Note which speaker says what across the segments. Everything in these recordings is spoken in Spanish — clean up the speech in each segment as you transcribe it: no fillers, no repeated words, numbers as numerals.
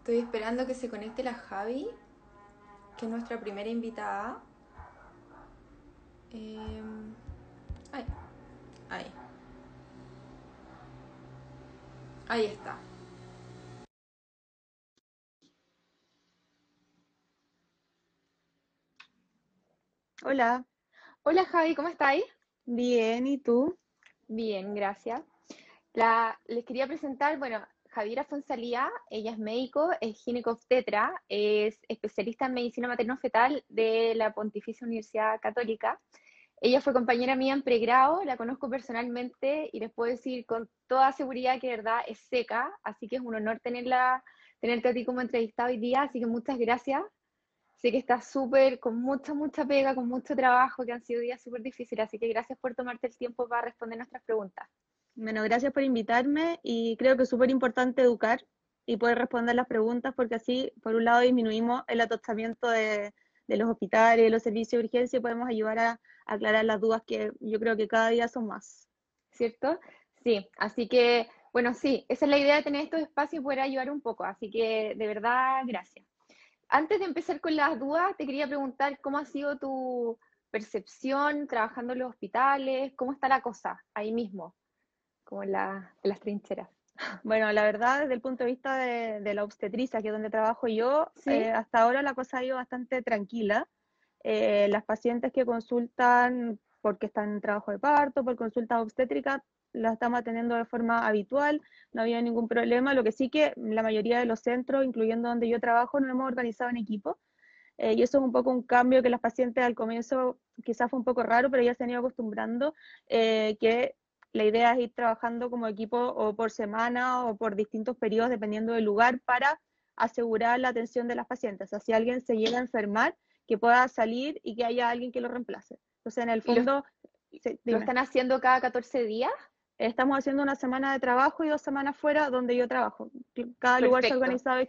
Speaker 1: Estoy esperando que se conecte la Javi, que es nuestra primera invitada. Eh, ay, ahí, ahí está.
Speaker 2: Hola,
Speaker 1: Hola Javi, ¿cómo estáis?
Speaker 2: bien, ¿y tú?
Speaker 1: Bien, gracias. Les quería presentar, bueno, Javiera Fonsalía, ella es médico, es ginecobstetra, es especialista en medicina materno-fetal de la Pontificia Universidad Católica. Ella fue compañera mía en pregrado, la conozco personalmente y les puedo decir con toda seguridad que de verdad es seca, así que es un honor tenerte a ti como entrevistado hoy día, así que muchas gracias. Sé que estás súper, con mucha pega, con mucho trabajo, que han sido días súper difíciles, así que gracias por tomarte el tiempo para responder nuestras preguntas.
Speaker 2: Bueno, gracias por invitarme y creo que es súper importante educar y poder responder las preguntas porque así, por un lado, disminuimos el atostamiento de los hospitales, de los servicios de urgencia y podemos ayudar a aclarar las dudas que yo creo que cada día son más.
Speaker 1: ¿Cierto? Sí, así que, bueno, sí, esa es la idea de tener estos espacios y poder ayudar un poco, así que de verdad, gracias. Antes de empezar con las dudas, te quería preguntar cómo ha sido tu percepción trabajando en los hospitales, cómo está la cosa ahí mismo, como en las trincheras.
Speaker 2: Bueno, la verdad, desde el punto de vista de la obstetricia, que es donde trabajo yo,
Speaker 1: ¿Sí?
Speaker 2: hasta ahora la cosa ha ido bastante tranquila. Las pacientes que consultan porque están en trabajo de parto, por consultas obstétricas, las estamos atendiendo de forma habitual, no había ningún problema. Lo que sí que la mayoría de los centros, incluyendo donde yo trabajo, nos hemos organizado en equipo. Y eso es un poco un cambio que las pacientes al comienzo quizás fue un poco raro, pero ya se han ido acostumbrando, que la idea es ir trabajando como equipo o por semana o por distintos periodos, dependiendo del lugar, para asegurar la atención de las pacientes. O sea, si alguien se llega a enfermar, que pueda salir y que haya alguien que lo reemplace. Entonces, en el
Speaker 1: ¿Y
Speaker 2: fondo, sí,
Speaker 1: lo
Speaker 2: dime,
Speaker 1: están haciendo cada 14 días?
Speaker 2: estamos haciendo una semana de trabajo y 2 semanas fuera donde yo trabajo. Cada lugar se ha
Speaker 1: Perfecto.
Speaker 2: organizado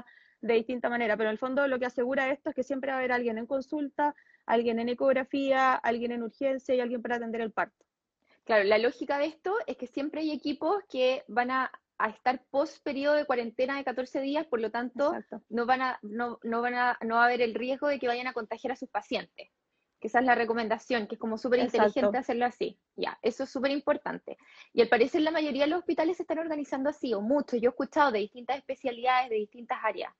Speaker 2: de distinta manera, pero en el fondo lo que asegura esto es que siempre va a haber alguien en consulta, alguien en ecografía, alguien en urgencia y alguien para atender el parto.
Speaker 1: Claro, la lógica de esto es que siempre hay equipos que van a estar post periodo de cuarentena de 14 días, por lo tanto,
Speaker 2: Exacto,
Speaker 1: no va a haber el riesgo de que vayan a contagiar a sus pacientes. Que esa es la recomendación, que es como súper inteligente
Speaker 2: exacto.
Speaker 1: hacerlo así. Ya, eso es súper importante. Y al parecer la mayoría de los hospitales se están organizando así, o muchos. Yo he escuchado de distintas especialidades, de distintas áreas.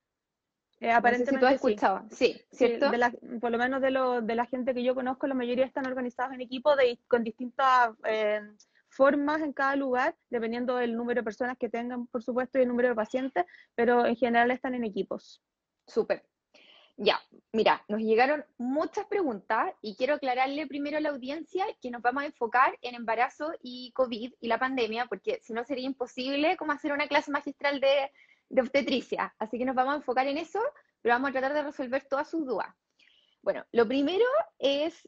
Speaker 1: No sé si tú has
Speaker 2: Aparentemente sí.
Speaker 1: escuchado. Sí,
Speaker 2: Sí,
Speaker 1: ¿cierto?
Speaker 2: por lo menos de la gente que yo conozco, la mayoría están organizados en equipos con distintas formas en cada lugar, dependiendo del número de personas que tengan, por supuesto, y el número de pacientes, pero en general están en equipos.
Speaker 1: Súper. Ya, mira, nos llegaron muchas preguntas y quiero aclararle primero a la audiencia que nos vamos a enfocar en embarazo y COVID y la pandemia, porque si no sería imposible como hacer una clase magistral de obstetricia. Así que nos vamos a enfocar en eso, pero vamos a tratar de resolver todas sus dudas. Bueno, lo primero es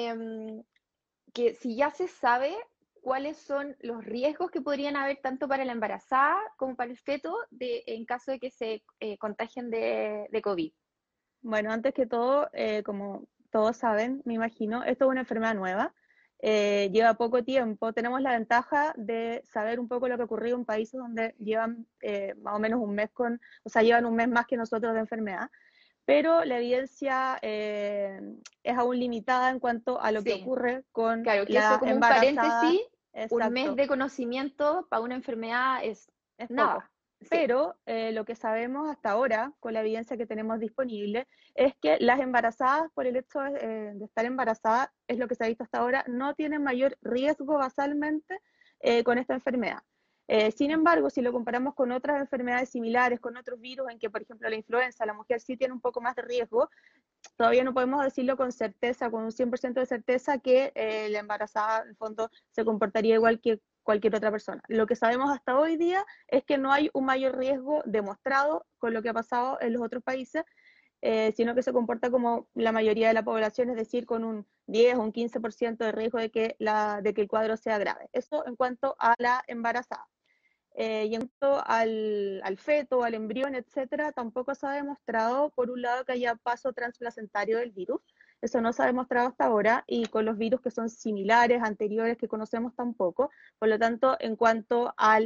Speaker 1: que si ya se sabe cuáles son los riesgos que podrían haber tanto para la embarazada como para el feto en caso de que se contagien de COVID.
Speaker 2: Bueno, antes que todo, como todos saben, me imagino, esto es una enfermedad nueva, lleva poco tiempo. Tenemos la ventaja de saber un poco lo que ha ocurrido en países donde llevan más o menos un mes o sea, llevan un mes más que nosotros de enfermedad, pero la evidencia es aún limitada en cuanto a lo que
Speaker 1: Sí.
Speaker 2: ocurre con
Speaker 1: Claro, que eso
Speaker 2: la
Speaker 1: como un
Speaker 2: embarazada.
Speaker 1: paréntesis, un mes
Speaker 2: Exacto,
Speaker 1: de conocimiento para una enfermedad es
Speaker 2: es poco.
Speaker 1: nada. Sí,
Speaker 2: Pero lo que sabemos hasta ahora, con la evidencia que tenemos disponible, es que las embarazadas, por el hecho de estar embarazadas, es lo que se ha visto hasta ahora, no tienen mayor riesgo basalmente con esta enfermedad. Sin embargo, si lo comparamos con otras enfermedades similares, con otros virus, en que, por ejemplo, la influenza, la mujer sí tiene un poco más de riesgo, todavía no podemos decirlo con certeza, con un 100% de certeza, que la embarazada, en el fondo, se comportaría igual que cualquier otra persona. Lo que sabemos hasta hoy día es que no hay un mayor riesgo demostrado con lo que ha pasado en los otros países, sino que se comporta como la mayoría de la población, es decir, con un 10 o un 15% de riesgo de que el cuadro sea grave. Eso en cuanto a la embarazada. Y en cuanto al feto, al embrión, etcétera, tampoco se ha demostrado, por un lado, que haya paso transplacentario del virus. Eso no se ha demostrado hasta ahora, y con los virus que son similares, anteriores, que conocemos tampoco. Por lo tanto, en cuanto al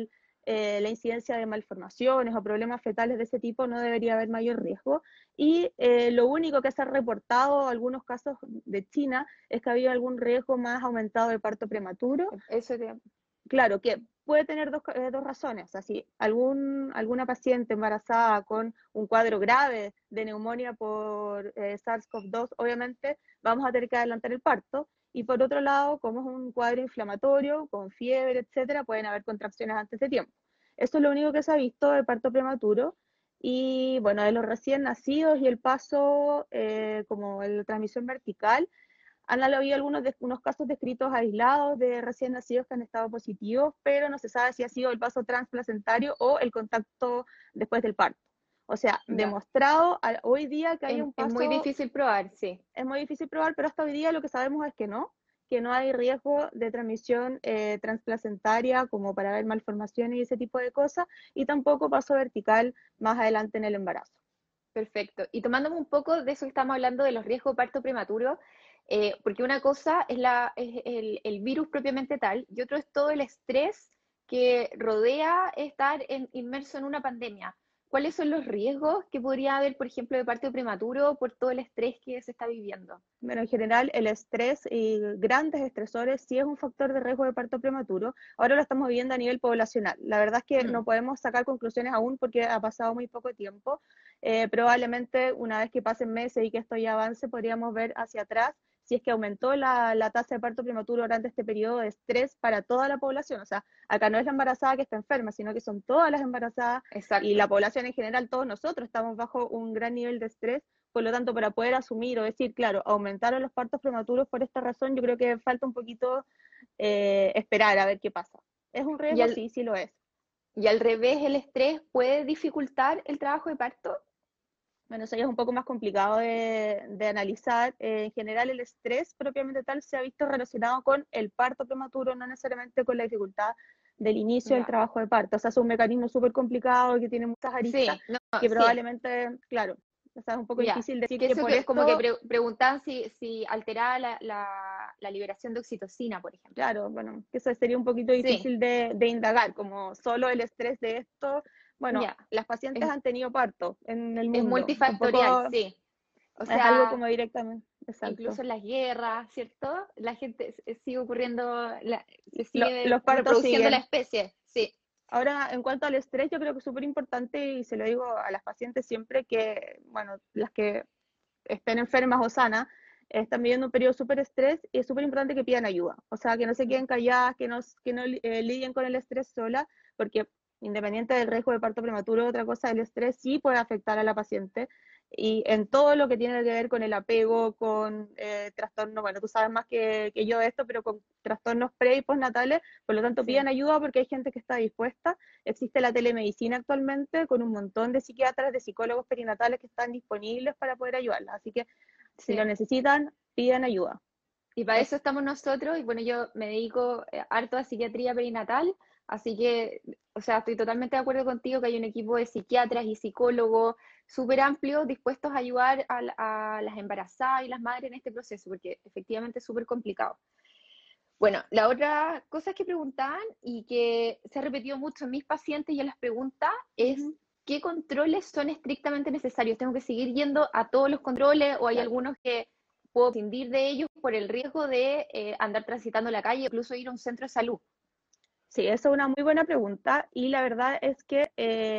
Speaker 2: la incidencia de malformaciones o problemas fetales de ese tipo no debería haber mayor riesgo. Y lo único que se ha reportado, algunos casos de China, es que había algún riesgo más aumentado de parto prematuro.
Speaker 1: Eso te...
Speaker 2: Claro, que puede tener dos razones. O sea, si alguna paciente embarazada con un cuadro grave de neumonía por SARS-CoV-2, obviamente vamos a tener que adelantar el parto. Y por otro lado, como es un cuadro inflamatorio, con fiebre, etcétera, pueden haber contracciones antes de tiempo. Eso es lo único que se ha visto de parto prematuro. Y bueno, de los recién nacidos y el paso como la transmisión vertical, han habido unos casos descritos aislados de recién nacidos que han estado positivos, pero no se sabe si ha sido el paso transplacentario o el contacto después del parto. O sea,
Speaker 1: Ya.
Speaker 2: demostrado hoy día que hay un
Speaker 1: Es muy
Speaker 2: paso,
Speaker 1: difícil probar, sí.
Speaker 2: es muy difícil probar, pero hasta hoy día lo que sabemos es que no hay riesgo de transmisión transplacentaria como para ver malformaciones y ese tipo de cosas, y tampoco paso vertical más adelante en el embarazo.
Speaker 1: Perfecto. Y tomándome un poco de eso que estamos hablando de los riesgos de parto prematuro, porque una cosa es, es el virus propiamente tal y otro es todo el estrés que rodea estar inmerso en una pandemia. ¿Cuáles son los riesgos que podría haber, por ejemplo, de parto prematuro por todo el estrés que se está viviendo?
Speaker 2: Bueno, en general el estrés y grandes estresores sí es un factor de riesgo de parto prematuro. Ahora lo estamos viviendo a nivel poblacional. La verdad es que
Speaker 1: Mm,
Speaker 2: no podemos sacar conclusiones aún porque ha pasado muy poco tiempo. Probablemente una vez que pasen meses y que esto ya avance, podríamos ver hacia atrás si es que aumentó la tasa de parto prematuro durante este periodo de estrés para toda la población. O sea, acá no es la embarazada que está enferma, sino que son todas las embarazadas y
Speaker 1: exacto.
Speaker 2: la población en general, todos nosotros estamos bajo un gran nivel de estrés. Por lo tanto, para poder asumir o decir, claro, aumentaron los partos prematuros por esta razón, yo creo que falta un poquito esperar a ver qué pasa. ¿Es un
Speaker 1: Y
Speaker 2: riesgo?
Speaker 1: al,
Speaker 2: Sí, sí lo es.
Speaker 1: y al revés, el estrés puede dificultar el trabajo de parto.
Speaker 2: Bueno, eso ya es un poco más complicado de analizar. En general, el estrés propiamente tal se ha visto relacionado con el parto prematuro, no necesariamente con la dificultad del inicio del
Speaker 1: Ya.
Speaker 2: trabajo de parto. O sea, es un mecanismo súper complicado que tiene muchas aristas
Speaker 1: Sí, no,
Speaker 2: que
Speaker 1: sí.
Speaker 2: probablemente, claro, o sea, es un poco
Speaker 1: Ya,
Speaker 2: difícil decir
Speaker 1: que
Speaker 2: que
Speaker 1: eso
Speaker 2: por
Speaker 1: que como que
Speaker 2: esto.
Speaker 1: preguntaban si alteraba la liberación de oxitocina, por ejemplo.
Speaker 2: Claro, bueno, que eso sería un poquito
Speaker 1: Sí,
Speaker 2: difícil de indagar, como solo el estrés de esto. Bueno,
Speaker 1: ya,
Speaker 2: las pacientes
Speaker 1: es,
Speaker 2: han tenido parto en el
Speaker 1: es
Speaker 2: mundo,
Speaker 1: multifactorial,
Speaker 2: tampoco
Speaker 1: sí. O
Speaker 2: es algo
Speaker 1: sea,
Speaker 2: como directamente,
Speaker 1: incluso
Speaker 2: exacto.
Speaker 1: en las guerras, ¿cierto? La gente sigue ocurriendo, se sigue
Speaker 2: Los partos
Speaker 1: reproduciendo la
Speaker 2: siguen.
Speaker 1: especie, sí,
Speaker 2: Ahora, en cuanto al estrés, yo creo que es súper importante y se lo digo a las pacientes siempre que, bueno, las que estén enfermas o sanas, están viviendo un periodo de súper estrés y es súper importante que pidan ayuda. O sea, que no se
Speaker 1: mm,
Speaker 2: queden calladas, que no lidien con el estrés sola, porque independiente del riesgo de parto prematuro, otra cosa, el estrés sí puede afectar a la paciente y en todo lo que tiene que ver con el apego, con trastornos, bueno, tú sabes más que yo de esto, pero con trastornos pre y postnatales, por lo tanto pidan
Speaker 1: sí,
Speaker 2: ayuda porque hay gente que está dispuesta. Existe la telemedicina actualmente con un montón de psiquiatras, de psicólogos perinatales que están disponibles para poder ayudarlas. Así que si lo
Speaker 1: sí.
Speaker 2: necesitan, pidan ayuda.
Speaker 1: Y para
Speaker 2: Es,
Speaker 1: eso estamos nosotros, y bueno, yo me dedico harto a psiquiatría perinatal, así que, o sea, estoy totalmente de acuerdo contigo que hay un equipo de psiquiatras y psicólogos súper amplio dispuestos a ayudar a las embarazadas y las madres en este proceso, porque efectivamente es súper complicado. Bueno, la otra cosa que preguntaban y que se ha repetido mucho en mis pacientes y en las preguntas es,
Speaker 2: ujú,
Speaker 1: ¿qué controles son estrictamente necesarios? ¿Tengo que seguir yendo a todos los controles o hay
Speaker 2: claro.
Speaker 1: algunos que puedo prescindir de ellos por el riesgo de andar transitando la calle, incluso ir a un centro de salud?
Speaker 2: Sí, esa es una muy buena pregunta y la verdad es que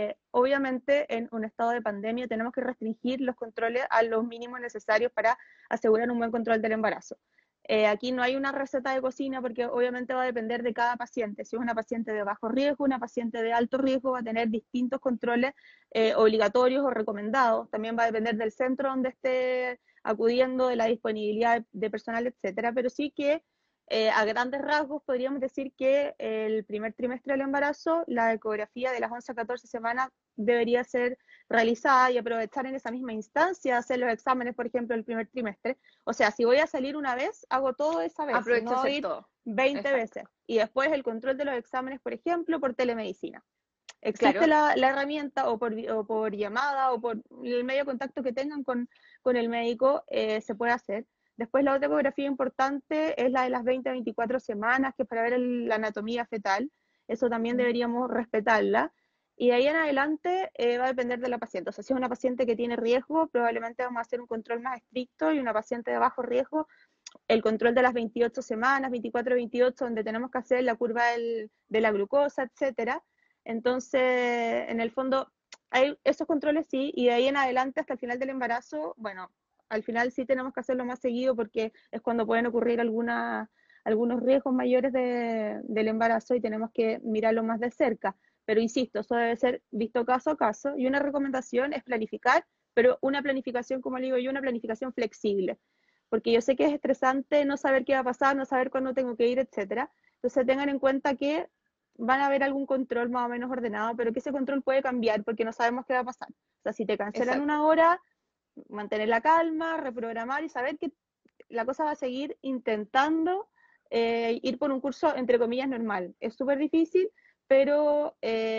Speaker 2: obviamente en un estado de pandemia tenemos que restringir los controles a los mínimos necesarios para asegurar un buen control del embarazo. Aquí no hay una receta de cocina porque obviamente va a depender de cada paciente. Si es una paciente de bajo riesgo, una paciente de alto riesgo, va a tener distintos controles obligatorios o recomendados. También va a depender del centro donde esté acudiendo, de la disponibilidad de personal, etcétera. Pero sí que a grandes rasgos podríamos decir que el primer trimestre del embarazo, la ecografía de las 11 a 14 semanas debería ser realizada y aprovechar en esa misma instancia hacer los exámenes, por ejemplo, el primer trimestre. O sea, si voy a salir una vez, hago todo esa vez y
Speaker 1: Aprovecho a
Speaker 2: no
Speaker 1: hacer
Speaker 2: ir
Speaker 1: todo.
Speaker 2: 20
Speaker 1: Exacto.
Speaker 2: veces. Y después el control de los exámenes, por ejemplo, por telemedicina. Existe
Speaker 1: Claro,
Speaker 2: la herramienta o por llamada o por el medio de contacto que tengan con el médico, se puede hacer. Después la otra ecografía importante es la de las 20 a 24 semanas, que es para ver la anatomía fetal. eso también
Speaker 1: Mm.
Speaker 2: deberíamos respetarla. Y de ahí en adelante va a depender de la paciente. O sea, si es una paciente que tiene riesgo, probablemente vamos a hacer un control más estricto, y una paciente de bajo riesgo, el control de las 28 semanas, 24, 28, donde tenemos que hacer la curva de la glucosa, etcétera. Entonces, en el fondo, hay esos controles sí, y de ahí en adelante hasta el final del embarazo, bueno, al final sí tenemos que hacerlo más seguido porque es cuando pueden ocurrir algunos riesgos mayores del embarazo y tenemos que mirarlo más de cerca. Pero insisto, eso debe ser visto caso a caso, y una recomendación es planificar, pero una planificación, como le digo yo, una planificación flexible, porque yo sé que es estresante no saber qué va a pasar, no saber cuándo tengo que ir, etcétera. Entonces tengan en cuenta que van a haber algún control más o menos ordenado, pero que ese control puede cambiar porque no sabemos qué va a pasar. O sea, si te cancelan
Speaker 1: Exacto.
Speaker 2: una hora, mantener la calma, reprogramar y saber que la cosa va a seguir intentando ir por un curso, entre comillas, normal. Es súper difícil, pero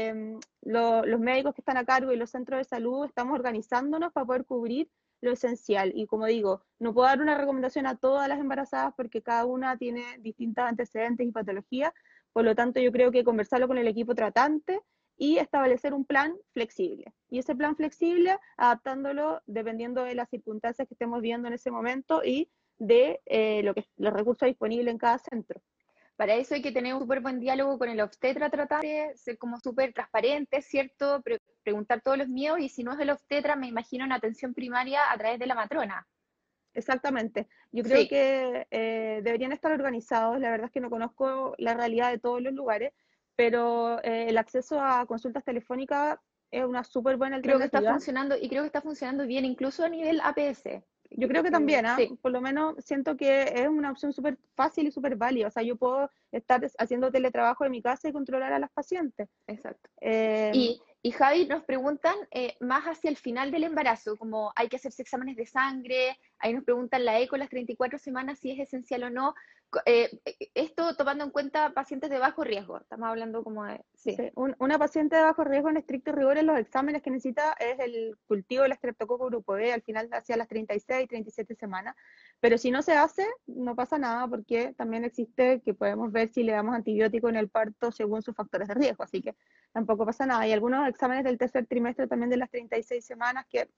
Speaker 2: los médicos que están a cargo y los centros de salud estamos organizándonos para poder cubrir lo esencial. Y como digo, no puedo dar una recomendación a todas las embarazadas porque cada una tiene distintos antecedentes y patologías. Por lo tanto, yo creo que conversarlo con el equipo tratante y establecer un plan flexible. Y ese plan flexible, adaptándolo dependiendo de las circunstancias que estemos viendo en ese momento y de los recursos disponibles en cada centro.
Speaker 1: Para eso hay que tener un súper buen diálogo con el obstetra tratante, ser como súper transparente, ¿cierto? Preguntar todos los miedos, y si no es el obstetra, me imagino en atención primaria a través de la matrona.
Speaker 2: Exactamente. Yo creo
Speaker 1: Sí,
Speaker 2: que deberían estar organizados. La verdad es que no conozco la realidad de todos los lugares, pero el acceso a consultas telefónicas es una súper buena
Speaker 1: creo que está
Speaker 2: alternativa.
Speaker 1: funcionando, y creo que está funcionando bien, incluso a nivel APS.
Speaker 2: Yo creo que también, ¿ah?
Speaker 1: Sí,
Speaker 2: Por lo menos siento que es una opción súper fácil y súper válida. O sea, yo puedo estar haciendo teletrabajo en mi casa y controlar a las pacientes.
Speaker 1: exacto.
Speaker 2: Eh,
Speaker 1: Y Javi, nos preguntan más hacia el final del embarazo, como hay que hacerse exámenes de sangre, ahí nos preguntan la eco las 34 semanas si es esencial o no. Esto tomando en cuenta pacientes de bajo riesgo, estamos hablando como de, sí,
Speaker 2: Sí, una paciente de bajo riesgo en estricto rigor en los exámenes que necesita es el cultivo del estreptococo grupo B, al final hacia las 36, 37 semanas. Pero si no se hace, no pasa nada porque también existe que podemos ver si le damos antibiótico en el parto según sus factores de riesgo, así que tampoco pasa nada. Y algunos exámenes del tercer trimestre también de las 36 semanas que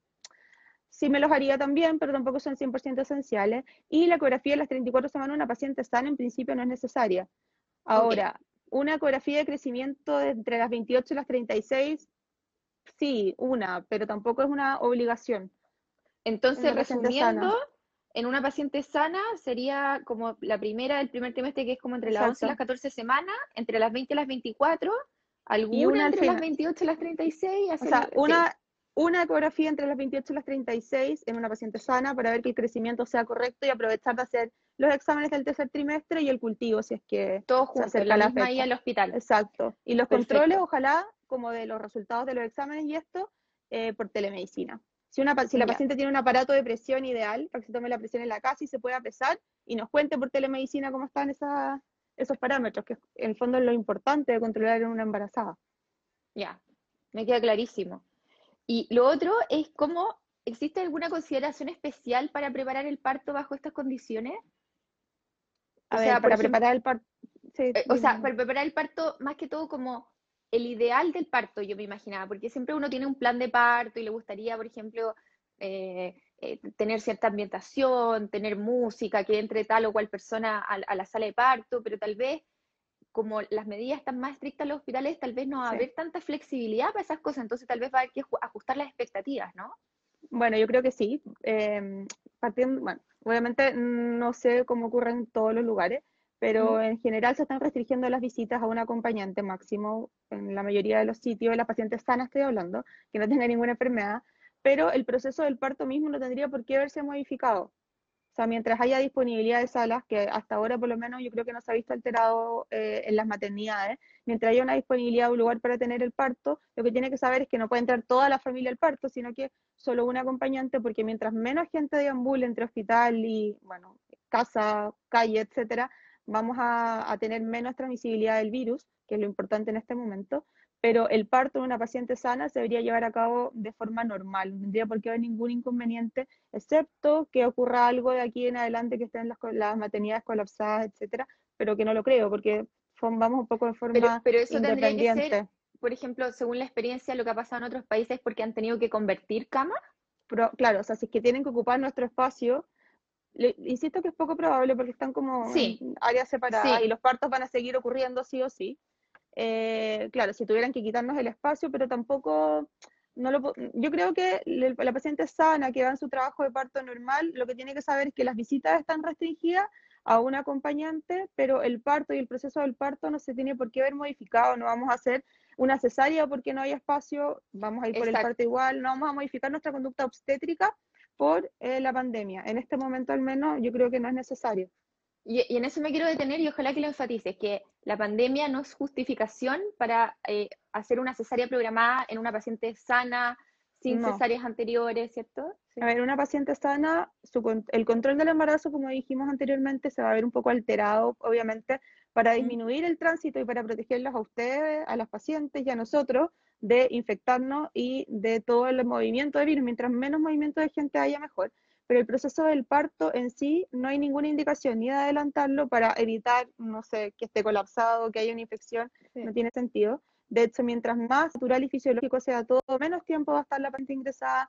Speaker 2: sí me los haría también, pero tampoco son 100% esenciales. Y la ecografía de las 34 semanas de una paciente sana en principio no es necesaria.
Speaker 1: ok.
Speaker 2: Ahora, una ecografía de crecimiento de entre las 28 y las 36, sí, una, pero tampoco es una obligación en
Speaker 1: Entonces,
Speaker 2: una paciente
Speaker 1: resumiendo,
Speaker 2: sana.
Speaker 1: en una paciente sana sería como la primera, el primer trimestre, que es como entre las 11 y las
Speaker 2: Exacto.
Speaker 1: 14 semanas, entre las 20 y las 24,
Speaker 2: Y
Speaker 1: alguna
Speaker 2: una al
Speaker 1: entre las
Speaker 2: final.
Speaker 1: 28 y las 36,
Speaker 2: O
Speaker 1: hacer,
Speaker 2: sea,
Speaker 1: sí,
Speaker 2: una ecografía entre las 28 y las 36 en una paciente sana para ver que el crecimiento sea correcto y aprovechar de hacer los exámenes del tercer trimestre y el cultivo si es que
Speaker 1: todos
Speaker 2: se
Speaker 1: juntos,
Speaker 2: acerca
Speaker 1: la
Speaker 2: la
Speaker 1: misma ida
Speaker 2: fecha.
Speaker 1: al hospital.
Speaker 2: Exacto. Y los controles,
Speaker 1: Perfecto,
Speaker 2: ojalá, como de los resultados de los exámenes y esto, por telemedicina. Si la
Speaker 1: ya.
Speaker 2: paciente tiene un aparato de presión ideal, para que se tome la presión en la casa y se pueda pesar y nos cuente por telemedicina cómo están esos parámetros, que en el fondo es lo importante de controlar en una embarazada.
Speaker 1: Ya, me queda clarísimo. Y lo otro es cómo, ¿existe alguna consideración especial para preparar el parto bajo estas condiciones? O
Speaker 2: A ver,
Speaker 1: sea, por
Speaker 2: para
Speaker 1: ejemplo,
Speaker 2: preparar el parto. Sí,
Speaker 1: o
Speaker 2: dime,
Speaker 1: sea,
Speaker 2: dime.
Speaker 1: para preparar el parto, más que todo como el ideal del parto, yo me imaginaba, porque siempre uno tiene un plan de parto y le gustaría, por ejemplo, tener cierta ambientación, tener música, que entre tal o cual persona a la sala de parto, pero tal vez como las medidas están más estrictas en los hospitales, tal vez no va a
Speaker 2: Sí.
Speaker 1: haber tanta flexibilidad para esas cosas, entonces tal vez va a haber que ajustar las expectativas, ¿no?
Speaker 2: Bueno, yo creo que sí. Partiendo, bueno, obviamente no sé cómo ocurre en todos los lugares,
Speaker 1: ¿Mm?
Speaker 2: pero en general se están restringiendo las visitas a un acompañante máximo en la mayoría de los sitios, de las pacientes sanas estoy hablando, que no tengan ninguna enfermedad, pero el proceso del parto mismo no tendría por qué verse modificado. O sea, mientras haya disponibilidad de salas, que hasta ahora por lo menos yo creo que no se ha visto alterado en las maternidades, mientras haya una disponibilidad de un lugar para tener el parto, lo que tiene que saber es que no puede entrar toda la familia al parto, sino que solo un acompañante, porque mientras menos gente deambule entre hospital y, bueno, casa, calle, etcétera, vamos a tener menos transmisibilidad del virus, que es lo importante en este momento, pero el parto de una paciente sana se debería llevar a cabo de forma normal, no tendría por qué haber ningún inconveniente, excepto que ocurra algo de aquí en adelante que estén las maternidades colapsadas, etcétera, pero que no lo creo, porque vamos un poco de forma
Speaker 1: Pero eso tendría que ser,
Speaker 2: independiente.
Speaker 1: por ejemplo, según la experiencia, lo que ha pasado en otros países porque han tenido que convertir camas.
Speaker 2: Pero, claro, o sea, si es que tienen que ocupar nuestro espacio, insisto que es poco probable porque están como en
Speaker 1: Sí,
Speaker 2: áreas separadas y
Speaker 1: sí,
Speaker 2: los partos van a seguir ocurriendo sí o sí. Claro, si tuvieran que quitarnos el espacio, pero tampoco, yo creo que la paciente sana que va en su trabajo de parto normal, lo que tiene que saber es que las visitas están restringidas a un acompañante, pero el parto y el proceso del parto no se tiene por qué ver modificado, no vamos a hacer una cesárea porque no hay espacio, vamos a ir por el parto
Speaker 1: exacto.
Speaker 2: igual, no vamos a modificar nuestra conducta obstétrica por la pandemia. En este momento al menos yo creo que no es necesario.
Speaker 1: Y en eso me quiero detener y ojalá que lo enfatices, que la pandemia no es justificación para hacer una cesárea programada en una paciente sana, sin
Speaker 2: No.
Speaker 1: cesáreas anteriores, ¿cierto?
Speaker 2: A
Speaker 1: Sí.
Speaker 2: ver, una paciente sana, el control del embarazo, como dijimos anteriormente, se va a ver un poco alterado, obviamente, para
Speaker 1: Mm.
Speaker 2: disminuir el tránsito y para protegerlos a ustedes, a las pacientes y a nosotros de infectarnos y de todo el movimiento de virus. Mientras menos movimiento de gente haya, mejor. Pero el proceso del parto en sí no hay ninguna indicación ni de adelantarlo para evitar, no sé, que esté colapsado, que haya una infección,
Speaker 1: Sí.
Speaker 2: no tiene sentido. De hecho, mientras más natural y fisiológico sea todo, menos tiempo va a estar la paciente ingresada,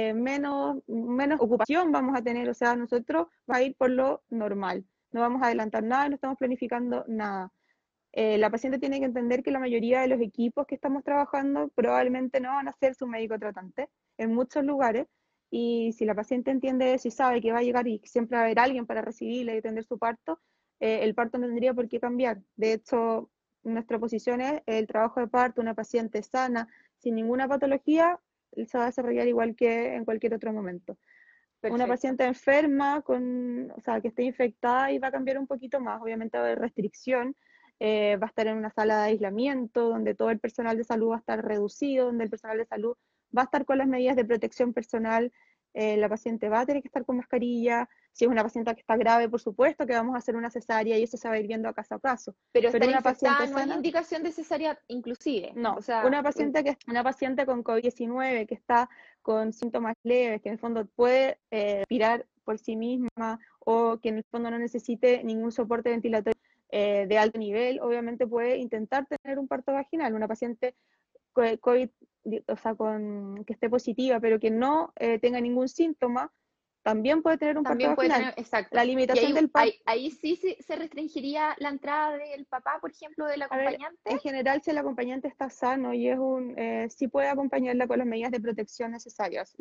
Speaker 2: menos ocupación vamos a tener, o sea, nosotros va a ir por lo normal, no vamos a adelantar nada, no estamos planificando nada. La paciente tiene que entender que la mayoría de los equipos que estamos trabajando probablemente no van a ser su médico tratante en muchos lugares, y si la paciente entiende eso y sabe que va a llegar y siempre va a haber alguien para recibirla y atender su parto, el parto no tendría por qué cambiar. De hecho, nuestra posición es el trabajo de parto, una paciente sana, sin ninguna patología, se va a desarrollar igual que en cualquier otro momento. Una
Speaker 1: Perfecto.
Speaker 2: paciente enferma, o sea, que esté infectada y va a cambiar un poquito más, obviamente va a haber restricción, va a estar en una sala de aislamiento donde todo el personal de salud va a estar reducido, donde el personal de salud va a estar con las medidas de protección personal, la paciente va a tener que estar con mascarilla, si es una paciente que está grave, por supuesto que vamos a hacer una cesárea y eso se va a ir viendo a caso a caso,
Speaker 1: Pero
Speaker 2: pero
Speaker 1: estar
Speaker 2: una paciente
Speaker 1: infectada no es
Speaker 2: sana,
Speaker 1: indicación de cesárea inclusive. O
Speaker 2: no,
Speaker 1: sea,
Speaker 2: una paciente con COVID-19 que está con síntomas leves, que en el fondo puede respirar por sí misma o que en el fondo no necesite ningún soporte ventilatorio de alto nivel, obviamente puede intentar tener un parto vaginal. Una paciente COVID, o sea, que esté positiva, pero que no tenga ningún síntoma, también puede tener un parto
Speaker 1: también puede
Speaker 2: vaginal.
Speaker 1: tener, exacto.
Speaker 2: La
Speaker 1: Y
Speaker 2: limitación
Speaker 1: ahí,
Speaker 2: del parto,
Speaker 1: ahí sí se restringiría la entrada del papá, por ejemplo, del
Speaker 2: a ver,
Speaker 1: acompañante.
Speaker 2: en general, si el acompañante está sano y sí puede acompañarla con las medidas de protección necesarias.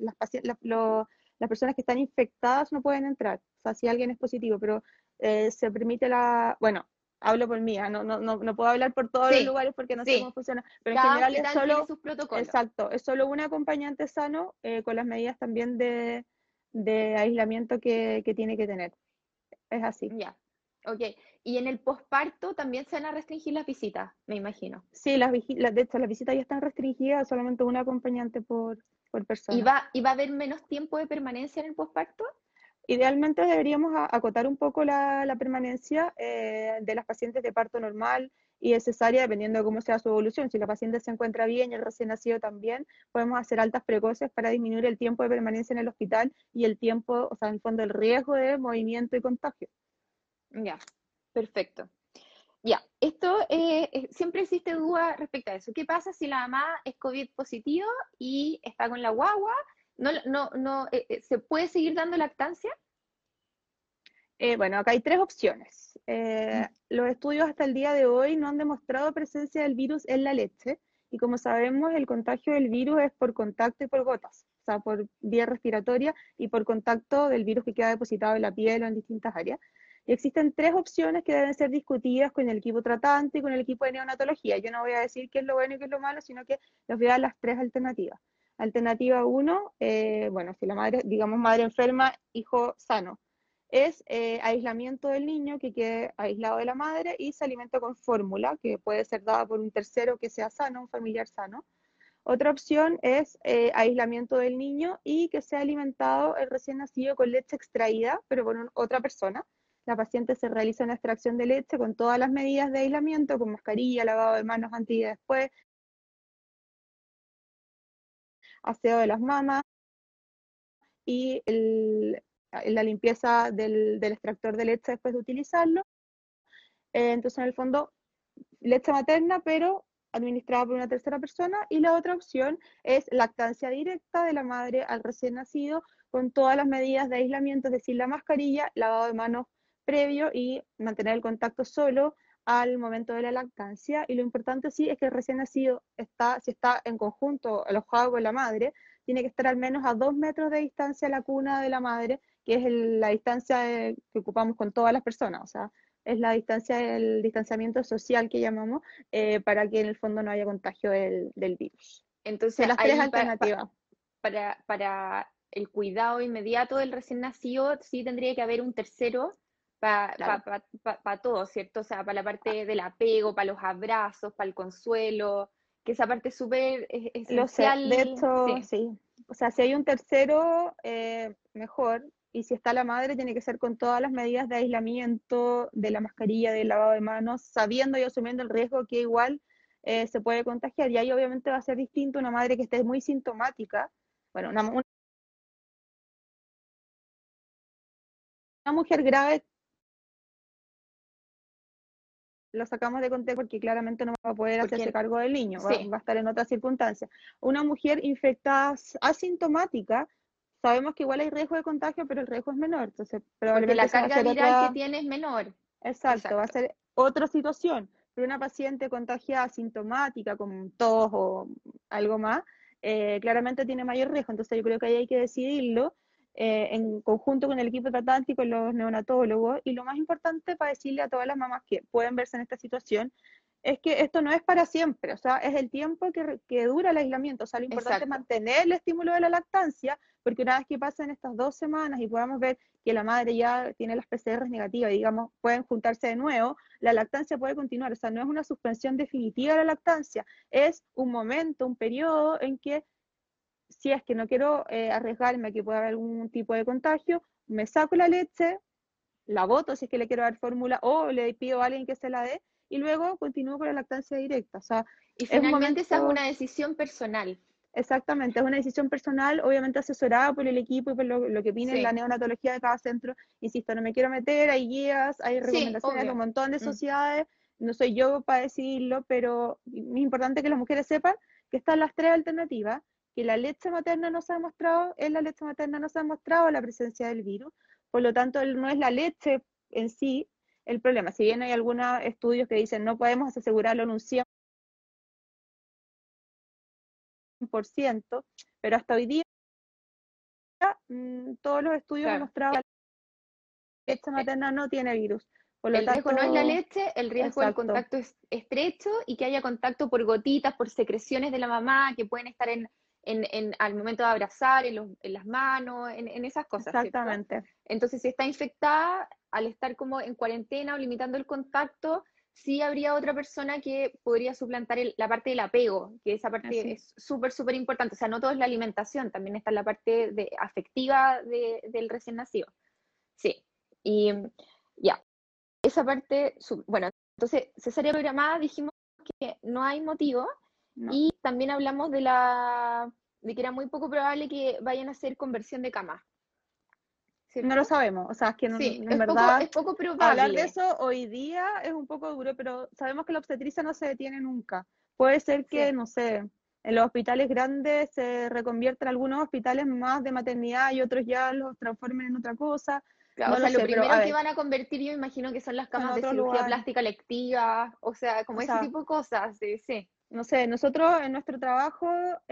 Speaker 2: Las personas que están infectadas no pueden entrar, o sea, si alguien es positivo, pero se permite bueno, hablo por mí, no puedo hablar por todos los
Speaker 1: Sí,
Speaker 2: lugares porque no sé cómo
Speaker 1: sí.
Speaker 2: funciona, pero en
Speaker 1: Cada
Speaker 2: general es
Speaker 1: hospital tiene
Speaker 2: solo,
Speaker 1: sus protocolos.
Speaker 2: exacto, es solo un acompañante sano con las medidas también de aislamiento que tiene que tener. Es así.
Speaker 1: Ya, ok. Y en el posparto también se van a restringir las visitas, me imagino.
Speaker 2: Sí, de hecho, las visitas ya están restringidas, solamente un acompañante por persona.
Speaker 1: Y va a haber menos tiempo de permanencia en el posparto?
Speaker 2: Idealmente deberíamos acotar un poco la permanencia de las pacientes de parto normal y de cesárea, dependiendo de cómo sea su evolución. Si la paciente se encuentra bien y el recién nacido también, podemos hacer altas precoces para disminuir el tiempo de permanencia en el hospital y el tiempo, o sea, en el fondo, el riesgo de movimiento y contagio.
Speaker 1: Ya, perfecto. Ya, esto siempre existe duda respecto a eso. ¿Qué pasa si la mamá es COVID positivo y está con la guagua? ¿Se puede seguir dando lactancia?
Speaker 2: Bueno, acá hay tres opciones. Los estudios hasta el día de hoy no han demostrado presencia del virus en la leche y como sabemos el contagio del virus es por contacto y por gotas, o sea, por vía respiratoria y por contacto del virus que queda depositado en la piel o en distintas áreas. Y existen tres opciones que deben ser discutidas con el equipo tratante y con el equipo de neonatología. Yo no voy a decir qué es lo bueno y qué es lo malo, sino que les voy a dar las tres alternativas. Alternativa uno, bueno, si la madre, digamos madre enferma, hijo sano es aislamiento del niño que quede aislado de la madre y se alimenta con fórmula, que puede ser dada por un tercero que sea sano, un familiar sano. Otra opción es aislamiento del niño y que sea alimentado el recién nacido con leche extraída, pero por otra persona. La paciente se realiza una extracción de leche con todas las medidas de aislamiento, con mascarilla, lavado de manos antes y después, aseo de las mamas y la limpieza del extractor de leche después de utilizarlo. Entonces, en el fondo, leche materna, pero administrada por una tercera persona, y la otra opción es lactancia directa de la madre al recién nacido, con todas las medidas de aislamiento, es decir, la mascarilla, lavado de manos previo y mantener el contacto solo al momento de la lactancia. Y lo importante sí es que el recién nacido está, si está en conjunto alojado con la madre, tiene que estar al menos a 2 metros de distancia a la cuna de la madre, que es la distancia que ocupamos con todas las personas, o sea, es la distancia del distanciamiento social que llamamos, para que en el fondo no haya contagio del virus. Son
Speaker 1: Entonces,
Speaker 2: las tres
Speaker 1: ahí
Speaker 2: alternativas.
Speaker 1: para el cuidado inmediato del recién nacido, sí tendría que haber un tercero para
Speaker 2: Claro.
Speaker 1: todo, ¿cierto? O sea, para la parte del apego, para los abrazos, para el consuelo, que esa parte es súper
Speaker 2: Lo sé, de
Speaker 1: esencial,
Speaker 2: hecho,
Speaker 1: sí,
Speaker 2: sí. O sea, si hay un tercero, mejor. Y si está la madre, tiene que ser con todas las medidas de aislamiento, de la mascarilla, del lavado de manos, sabiendo y asumiendo el riesgo que igual se puede contagiar. Y ahí obviamente va a ser distinto una madre que esté muy sintomática. Bueno, una mujer grave lo sacamos de contexto porque claramente no va a poder hacerse
Speaker 1: porque
Speaker 2: cargo del niño,
Speaker 1: sí,
Speaker 2: va a estar en otras circunstancias. Una mujer infectada asintomática, sabemos que igual hay riesgo de contagio, pero el riesgo es menor, entonces
Speaker 1: porque
Speaker 2: probablemente
Speaker 1: la
Speaker 2: eso va a
Speaker 1: carga
Speaker 2: ser
Speaker 1: viral que
Speaker 2: otra,
Speaker 1: tiene es menor,
Speaker 2: exacto, va a
Speaker 1: exacto.
Speaker 2: ser otra situación. Pero una paciente contagiada asintomática con tos o algo más, claramente tiene mayor riesgo, entonces yo creo que ahí hay que decidirlo en conjunto con el equipo tratante y con los neonatólogos. Y lo más importante para decirle a todas las mamás que pueden verse en esta situación es que esto no es para siempre, o sea, es el tiempo que dura el aislamiento. O sea, lo importante es
Speaker 1: Exacto.
Speaker 2: mantener el estímulo de la lactancia, porque una vez que pasen estas 2 semanas y podamos ver que la madre ya tiene las PCR negativas y digamos, pueden juntarse de nuevo, la lactancia puede continuar. O sea, no es una suspensión definitiva de la lactancia, es un momento, un periodo en que si es que no quiero arriesgarme a que pueda haber algún tipo de contagio, me saco la leche, la boto si es que le quiero dar fórmula o le pido a alguien que se la dé y luego continúo con la lactancia directa. O sea,
Speaker 1: Y
Speaker 2: es un
Speaker 1: finalmente esa es
Speaker 2: momento,
Speaker 1: una decisión personal.
Speaker 2: exactamente, es una decisión personal, obviamente asesorada por el equipo y por lo que opine la
Speaker 1: Sí,
Speaker 2: neonatología de cada centro. Insisto, no me quiero meter, hay guías, hay
Speaker 1: sí,
Speaker 2: recomendaciones de un
Speaker 1: obvio.
Speaker 2: montón de
Speaker 1: Mm.
Speaker 2: sociedades, no soy yo para decidirlo, pero es importante que las mujeres sepan que están las tres alternativas, que la leche materna no se ha demostrado, en la leche materna no se ha demostrado la presencia del virus, por lo tanto no es la leche en sí el problema. Si bien hay algunos estudios que dicen no podemos asegurarlo en un 100%, pero hasta hoy día todos los estudios han
Speaker 1: Claro.
Speaker 2: mostrado que la
Speaker 1: Eh,
Speaker 2: leche
Speaker 1: eh,
Speaker 2: materna no tiene virus. Por lo
Speaker 1: El riesgo no es la
Speaker 2: tanto,
Speaker 1: leche, el riesgo del
Speaker 2: exacto,
Speaker 1: contacto estrecho y que haya contacto por gotitas, por secreciones de la mamá que pueden estar al momento de abrazar, en las manos, en esas cosas, ¿cierto?
Speaker 2: exactamente.
Speaker 1: Entonces, si está infectada, al estar como en cuarentena o limitando el contacto, sí habría otra persona que podría suplantar la parte del apego, que esa parte
Speaker 2: Así.
Speaker 1: es súper, súper importante. O sea, no todo es la alimentación, también está la parte afectiva del recién nacido. Sí. Y ya, esa parte, bueno, entonces cesárea programada dijimos que no hay motivo
Speaker 2: No,
Speaker 1: y también hablamos de que era muy poco probable que vayan a hacer conversión de cama,
Speaker 2: no lo
Speaker 1: ¿cierto?
Speaker 2: sabemos. O sea, es que
Speaker 1: Sí,
Speaker 2: en verdad
Speaker 1: es poco
Speaker 2: hablar de
Speaker 1: probable,
Speaker 2: eso hoy día es un poco duro, pero sabemos que la obstetricia no se detiene nunca. Puede ser que,
Speaker 1: sí.
Speaker 2: no sé, en los hospitales grandes se reconviertan algunos hospitales más de maternidad y otros ya los transformen en otra cosa.
Speaker 1: Claro, o
Speaker 2: No lo
Speaker 1: sea, lo
Speaker 2: sé, pero a
Speaker 1: primero que
Speaker 2: ver,
Speaker 1: van a convertir yo imagino que son las
Speaker 2: son
Speaker 1: camas de
Speaker 2: otros
Speaker 1: cirugía
Speaker 2: lugares.
Speaker 1: plástica electiva, o sea, como
Speaker 2: O
Speaker 1: ese
Speaker 2: sea,
Speaker 1: tipo de cosas, sí,
Speaker 2: no sé, nosotros en nuestro trabajo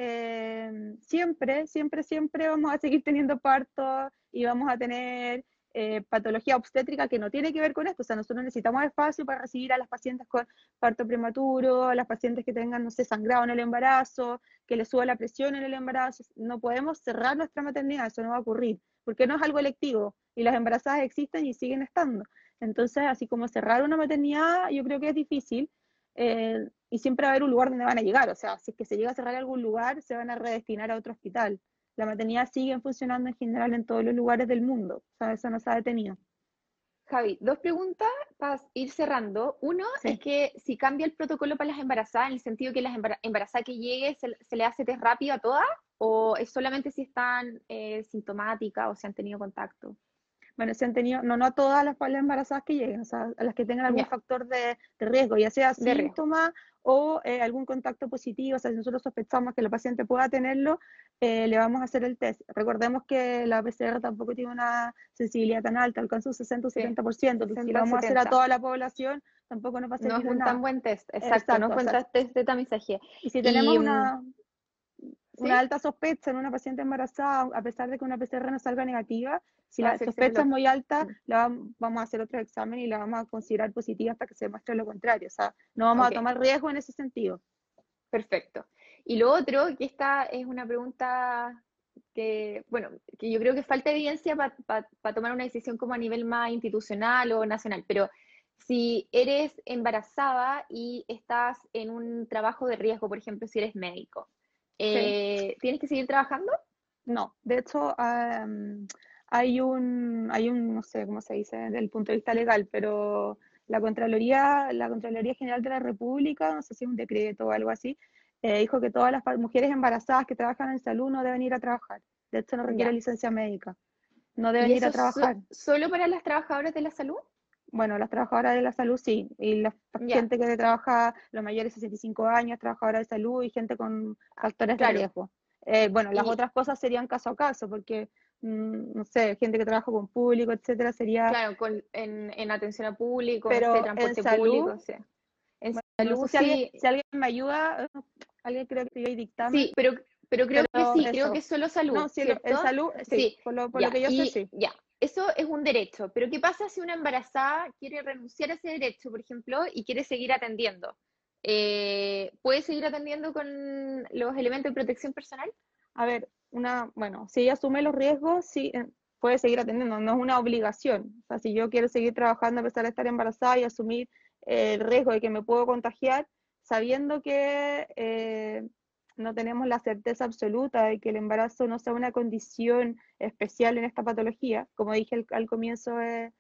Speaker 2: siempre vamos a seguir teniendo partos y vamos a tener patología obstétrica que no tiene que ver con esto. O sea, nosotros necesitamos espacio para recibir a las pacientes con parto prematuro, a las pacientes que tengan, no sé, sangrado en el embarazo, que les suba la presión en el embarazo. No podemos cerrar nuestra maternidad, eso no va a ocurrir, porque no es algo electivo y las embarazadas existen y siguen estando. Entonces, así como cerrar una maternidad, yo creo que es difícil. Y siempre va a haber un lugar donde van a llegar, o sea, si es que se llega a cerrar algún lugar, se van a redestinar a otro hospital. La maternidad sigue funcionando en general en todos los lugares del mundo, o sea, eso no se ha detenido.
Speaker 1: Javi, dos preguntas para ir cerrando. Uno es
Speaker 2: Sí.
Speaker 1: que si cambia el protocolo para las embarazadas, en el sentido que las embarazadas que llegue se le hace test rápido a todas, o es solamente si están sintomáticas o si han tenido contacto.
Speaker 2: Bueno, se han tenido, no a todas las embarazadas que lleguen, o sea, a las que tengan algún
Speaker 1: Ya,
Speaker 2: factor de riesgo, ya sea
Speaker 1: de riesgo.
Speaker 2: síntomas o algún contacto positivo, o sea, si nosotros sospechamos que la paciente pueda tenerlo, le vamos a hacer el test. Recordemos que la PCR tampoco tiene una sensibilidad tan alta, alcanza un 60 o
Speaker 1: Sí,
Speaker 2: 70%, entonces si lo
Speaker 1: 60
Speaker 2: vamos a hacer a
Speaker 1: 70.
Speaker 2: toda la población, tampoco nos va a
Speaker 1: No es
Speaker 2: servir de
Speaker 1: un tan
Speaker 2: nada.
Speaker 1: buen test, exacto, no
Speaker 2: Exacto,
Speaker 1: es
Speaker 2: o
Speaker 1: buen
Speaker 2: sea,
Speaker 1: test de tamizaje.
Speaker 2: y si tenemos
Speaker 1: Y,
Speaker 2: una
Speaker 1: ¿sí?
Speaker 2: alta sospecha en una paciente embarazada, a pesar de que una PCR no salga negativa, si
Speaker 1: Va a
Speaker 2: la
Speaker 1: hacerse el
Speaker 2: sospecha es
Speaker 1: otro.
Speaker 2: muy alta,
Speaker 1: Mm,
Speaker 2: vamos a hacer otro examen y la vamos a considerar positiva hasta que se demuestre lo contrario. O sea, no vamos a
Speaker 1: ok,
Speaker 2: tomar riesgo en ese sentido.
Speaker 1: perfecto. Y lo otro, que esta es una pregunta que, bueno, que yo creo que falta evidencia para tomar una decisión como a nivel más institucional o nacional, pero si eres embarazada y estás en un trabajo de riesgo, por ejemplo, si eres médico,
Speaker 2: Sí.
Speaker 1: ¿tienes que seguir trabajando?
Speaker 2: No, de hecho, no sé cómo se dice desde el punto de vista legal, pero la Contraloría General de la República, no sé si es un decreto o algo así, dijo que todas las mujeres embarazadas que trabajan en salud no deben ir a trabajar. De hecho, no requiere
Speaker 1: Ya.
Speaker 2: licencia médica. No deben
Speaker 1: ¿Y
Speaker 2: ir
Speaker 1: eso
Speaker 2: a
Speaker 1: es
Speaker 2: trabajar.
Speaker 1: solo para las trabajadoras de la salud?
Speaker 2: Bueno, las trabajadoras de la salud sí, y la
Speaker 1: Ya,
Speaker 2: gente que trabaja, los mayores de 65 años, trabajadoras de salud y gente con factores de
Speaker 1: claro.
Speaker 2: riesgo. Bueno, las
Speaker 1: Y
Speaker 2: otras cosas serían caso a caso, porque, no sé, gente que trabaja con público, etcétera, sería,
Speaker 1: claro, en atención a público, no sé,
Speaker 2: pero en
Speaker 1: transporte público,
Speaker 2: salud,
Speaker 1: o sea. En
Speaker 2: bueno, no sé
Speaker 1: salud sí,
Speaker 2: si alguien me ayuda, alguien creo que escribió el dictamen,
Speaker 1: sí, pero creo que
Speaker 2: pero
Speaker 1: sí, creo que
Speaker 2: eso,
Speaker 1: es solo salud,
Speaker 2: no, sí, en
Speaker 1: ¿cierto?
Speaker 2: salud, sí,
Speaker 1: Sí,
Speaker 2: por lo
Speaker 1: ya,
Speaker 2: que yo sé,
Speaker 1: y
Speaker 2: sí.
Speaker 1: ya, eso es un derecho, pero ¿qué pasa si una embarazada quiere renunciar a ese derecho, por ejemplo, y quiere seguir atendiendo? ¿Puede seguir atendiendo con los elementos de protección personal?
Speaker 2: A ver, bueno, si ella asume los riesgos, sí, puede seguir atendiendo, no es una obligación. O sea, si yo quiero seguir trabajando a pesar de estar embarazada y asumir el riesgo de que me puedo contagiar, sabiendo que no tenemos la certeza absoluta de que el embarazo no sea una condición especial en esta patología, como dije al comienzo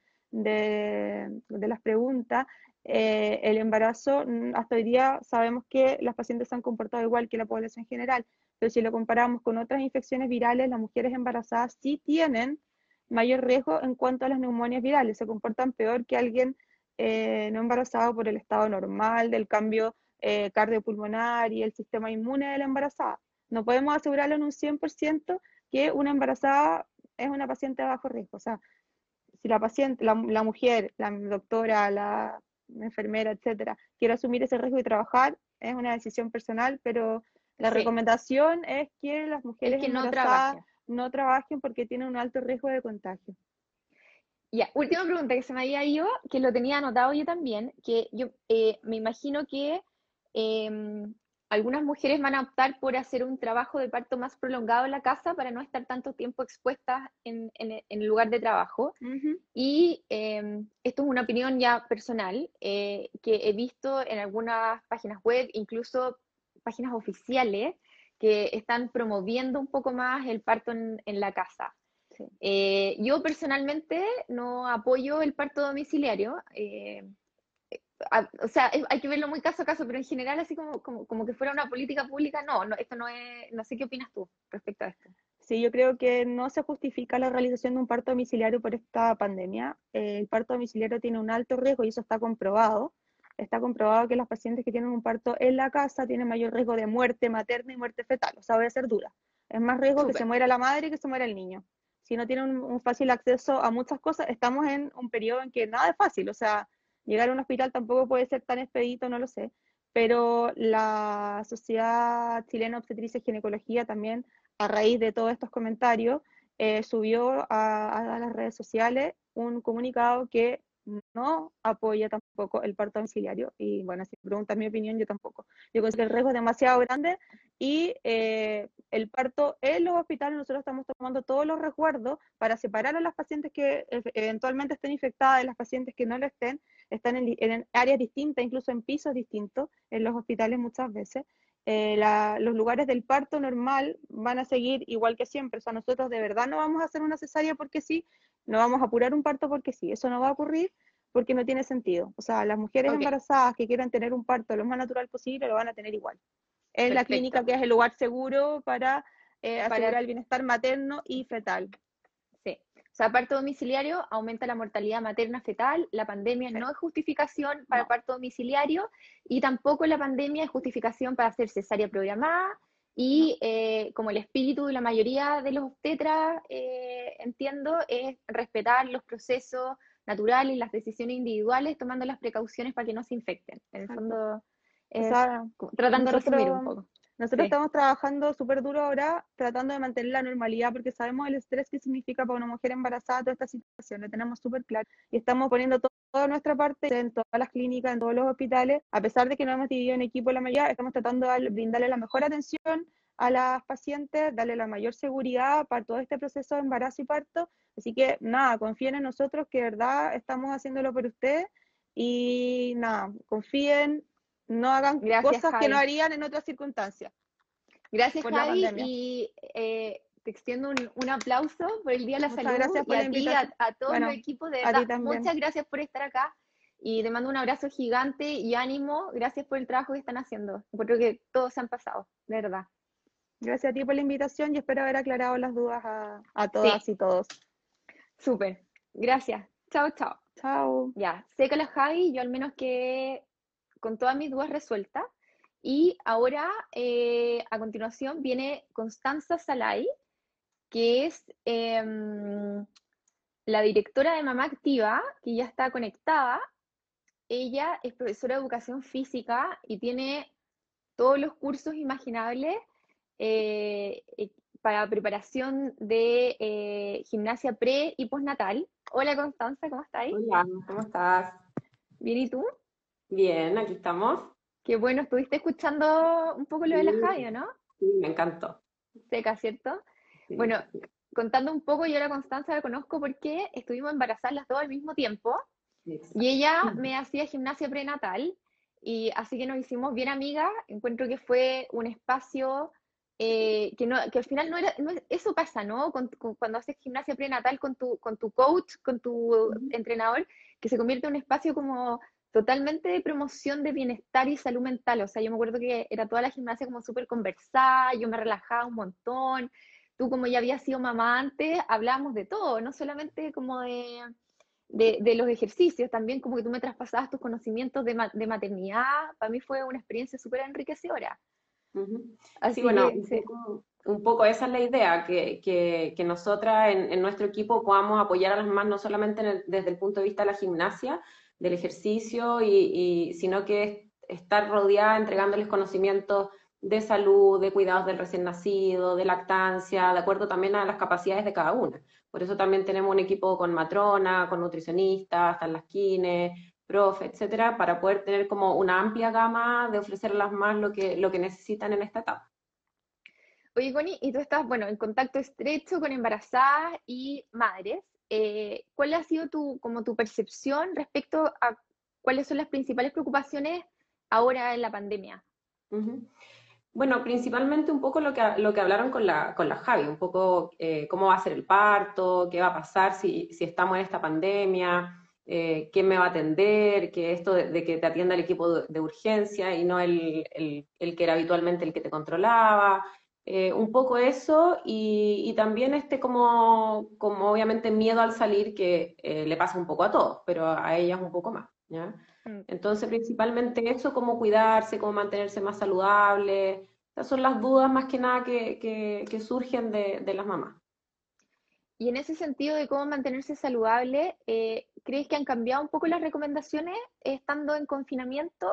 Speaker 2: de las preguntas, el embarazo, hasta hoy día sabemos que las pacientes se han comportado igual que la población general, pero si lo comparamos con otras infecciones virales, las mujeres embarazadas sí tienen mayor riesgo en cuanto a las neumonias virales, se comportan peor que alguien no embarazado por el estado normal del cambio cardiopulmonar y el sistema inmune de la embarazada. No podemos asegurarlo en un 100% que una embarazada es una paciente de bajo riesgo. O sea, si la paciente, la mujer, la doctora, la enfermera, etcétera, quiere asumir ese riesgo y trabajar, es una decisión personal, pero la
Speaker 1: Sí,
Speaker 2: recomendación es que las
Speaker 1: es
Speaker 2: mujeres
Speaker 1: que no
Speaker 2: embarazadas
Speaker 1: trabajen.
Speaker 2: no trabajen porque tienen un alto riesgo de contagio.
Speaker 1: Ya, última pregunta que se me había ido, que lo tenía anotado yo también, que yo me imagino que algunas mujeres van a optar por hacer un trabajo de parto más prolongado en la casa para no estar tanto tiempo expuestas en el lugar de trabajo.
Speaker 2: Ujú.
Speaker 1: Y esto es una opinión ya personal que he visto en algunas páginas web, incluso páginas oficiales, que están promoviendo un poco más el parto en la casa.
Speaker 2: Sí.
Speaker 1: Yo personalmente no apoyo el parto domiciliario. O sea, hay que verlo muy caso a caso, pero en general, así como que fuera una política pública, no, esto no es, no sé qué opinas tú respecto a esto.
Speaker 2: Sí, yo creo que no se justifica la realización de un parto domiciliario por esta pandemia. El parto domiciliario tiene un alto riesgo y eso está comprobado. Está comprobado que las pacientes que tienen un parto en la casa tienen mayor riesgo de muerte materna y muerte fetal. O sea, voy a ser dura. Es más riesgo que se
Speaker 1: Súper,
Speaker 2: muera la madre y que se muera el niño. Si no tienen un fácil acceso a muchas cosas, estamos en un periodo en que nada es fácil. O sea, llegar a un hospital tampoco puede ser tan expedito, no lo sé. Pero la Sociedad Chilena de Obstetricia y Ginecología también a raíz de todos estos comentarios, subió a las redes sociales un comunicado que no apoya tampoco el parto domiciliario. Y bueno, si me preguntan mi opinión, yo tampoco. Yo considero que el riesgo es demasiado grande y el parto en los hospitales, nosotros estamos tomando todos los resguardos para separar a las pacientes que eventualmente estén infectadas de las pacientes que no lo están en áreas distintas, incluso en pisos distintos en los hospitales muchas veces. Los lugares del parto normal van a seguir igual que siempre. O sea, nosotros de verdad no vamos a hacer una cesárea porque sí, no vamos a apurar un parto porque sí. Eso no va a ocurrir porque no tiene sentido. O sea, las mujeres
Speaker 1: ok,
Speaker 2: embarazadas que quieran tener un parto lo más natural posible lo van a tener igual. En la clínica,
Speaker 1: perfecto.
Speaker 2: que es el lugar seguro para
Speaker 1: Para,
Speaker 2: asegurar el bienestar materno y fetal.
Speaker 1: sí, sea, parto domiciliario aumenta la mortalidad materna fetal, la pandemia no es justificación para
Speaker 2: No.
Speaker 1: parto domiciliario y tampoco la pandemia es justificación para hacer cesárea programada
Speaker 2: No.
Speaker 1: y como el espíritu de la mayoría de los obstetras, entiendo, es respetar los procesos naturales y las decisiones individuales tomando las precauciones para que no se infecten. En el
Speaker 2: Exacto.
Speaker 1: fondo
Speaker 2: O
Speaker 1: es
Speaker 2: sea,
Speaker 1: tratando de resumir un
Speaker 2: nosotros,
Speaker 1: poco.
Speaker 2: nosotros
Speaker 1: Sí,
Speaker 2: estamos trabajando súper duro ahora, tratando de mantener la normalidad, porque sabemos el estrés que significa para una mujer embarazada toda esta situación, lo tenemos súper claro. Y estamos poniendo toda nuestra parte en todas las clínicas, en todos los hospitales, a pesar de que no hemos dividido en equipo la mayoría, estamos tratando de brindarle la mejor atención a las pacientes, darle la mayor seguridad para todo este proceso de embarazo y parto. Así que nada, confíen en nosotros, que de verdad estamos haciéndolo por ustedes. Y nada, confíen, no hagan
Speaker 1: gracias
Speaker 2: cosas que no
Speaker 1: Javi.
Speaker 2: harían en otras circunstancias
Speaker 1: Gracias,
Speaker 2: por la
Speaker 1: Javi,
Speaker 2: pandemia.
Speaker 1: y te extiendo un aplauso por el Día de la
Speaker 2: Muchas
Speaker 1: Salud
Speaker 2: gracias
Speaker 1: y
Speaker 2: por la
Speaker 1: a ti,
Speaker 2: invitación.
Speaker 1: a todos los
Speaker 2: Bueno,
Speaker 1: equipos, de
Speaker 2: a
Speaker 1: verdad,
Speaker 2: ti también.
Speaker 1: muchas gracias por estar acá y te mando un abrazo gigante y ánimo. Gracias por el trabajo que están haciendo. Creo que todos se han pasado, de verdad.
Speaker 2: Gracias a ti por la invitación y espero haber aclarado las dudas a
Speaker 1: Sí,
Speaker 2: todas y todos.
Speaker 1: súper. Gracias. Chao, chao.
Speaker 2: Chao.
Speaker 1: Ya, sé que la Javi, yo al menos que con todas mis dudas resueltas. Y ahora, a continuación, viene Constanza Salai, que es la directora de Mamá Activa, que ya está conectada. Ella es profesora de educación física y tiene todos los cursos imaginables eh, eh, para preparación de gimnasia pre y postnatal. Hola Constanza, ¿cómo estáis?
Speaker 3: Hola, ¿cómo estás?
Speaker 1: Bien, ¿y tú?
Speaker 3: Bien, aquí estamos.
Speaker 1: Qué bueno, estuviste escuchando un poco lo de la
Speaker 3: Sí,
Speaker 1: Javi, ¿no?
Speaker 3: sí, me encantó.
Speaker 1: Seca, ¿cierto?
Speaker 3: Sí,
Speaker 1: Bueno,
Speaker 3: sí, sí,
Speaker 1: contando un poco, yo a la Constanza la conozco porque estuvimos embarazadas las dos al mismo tiempo. Y
Speaker 3: exacto.
Speaker 1: ella me hacía gimnasia prenatal y así que nos hicimos bien amigas. Encuentro que fue un espacio que, no, que al final no era, eso pasa, ¿no? Cuando haces gimnasia prenatal con tu coach, con tu
Speaker 3: Ujú.
Speaker 1: entrenador, que se convierte en un espacio como totalmente de promoción de bienestar y salud mental. O sea, yo me acuerdo que era toda la gimnasia como súper conversada, yo me relajaba un montón. Tú como ya habías sido mamá antes, hablábamos de todo, no solamente como de los ejercicios, también como que tú me traspasabas tus conocimientos de maternidad, para mí fue una experiencia súper enriquecedora.
Speaker 3: Ujú. Sí,
Speaker 1: Así
Speaker 3: bueno,
Speaker 1: que, sí.
Speaker 3: un poco esa es la idea, que nosotras en nuestro equipo podamos apoyar a las mamás no solamente desde el punto de vista de la gimnasia, del ejercicio, sino que estar rodeada entregándoles conocimientos de salud, de cuidados del recién nacido, de lactancia, de acuerdo también a las capacidades de cada una. Por eso también tenemos un equipo con matrona, con nutricionistas, están las kines, profe, etcétera, para poder tener como una amplia gama de ofrecerlas más lo que necesitan en esta etapa.
Speaker 1: Oye, Connie, y tú estás, bueno, en contacto estrecho con embarazadas y madres. ¿Cuál ha sido como tu percepción respecto a cuáles son las principales preocupaciones ahora en la pandemia?
Speaker 3: Ujú. Bueno, principalmente un poco lo que hablaron con la Javi, un poco cómo va a ser el parto, qué va a pasar si estamos en esta pandemia, quién me va a atender, que esto de que te atienda el equipo de urgencia y no el que era habitualmente el que te controlaba, un poco eso y también como obviamente miedo al salir que le pasa un poco a todos, pero a ellas un poco más, ¿ya?
Speaker 1: Mm.
Speaker 3: Entonces, principalmente eso, cómo cuidarse, cómo mantenerse más saludable. Esas son las dudas más que nada que surgen de las mamás.
Speaker 1: Y en ese sentido de cómo mantenerse saludable, ¿crees que han cambiado un poco las recomendaciones estando en confinamiento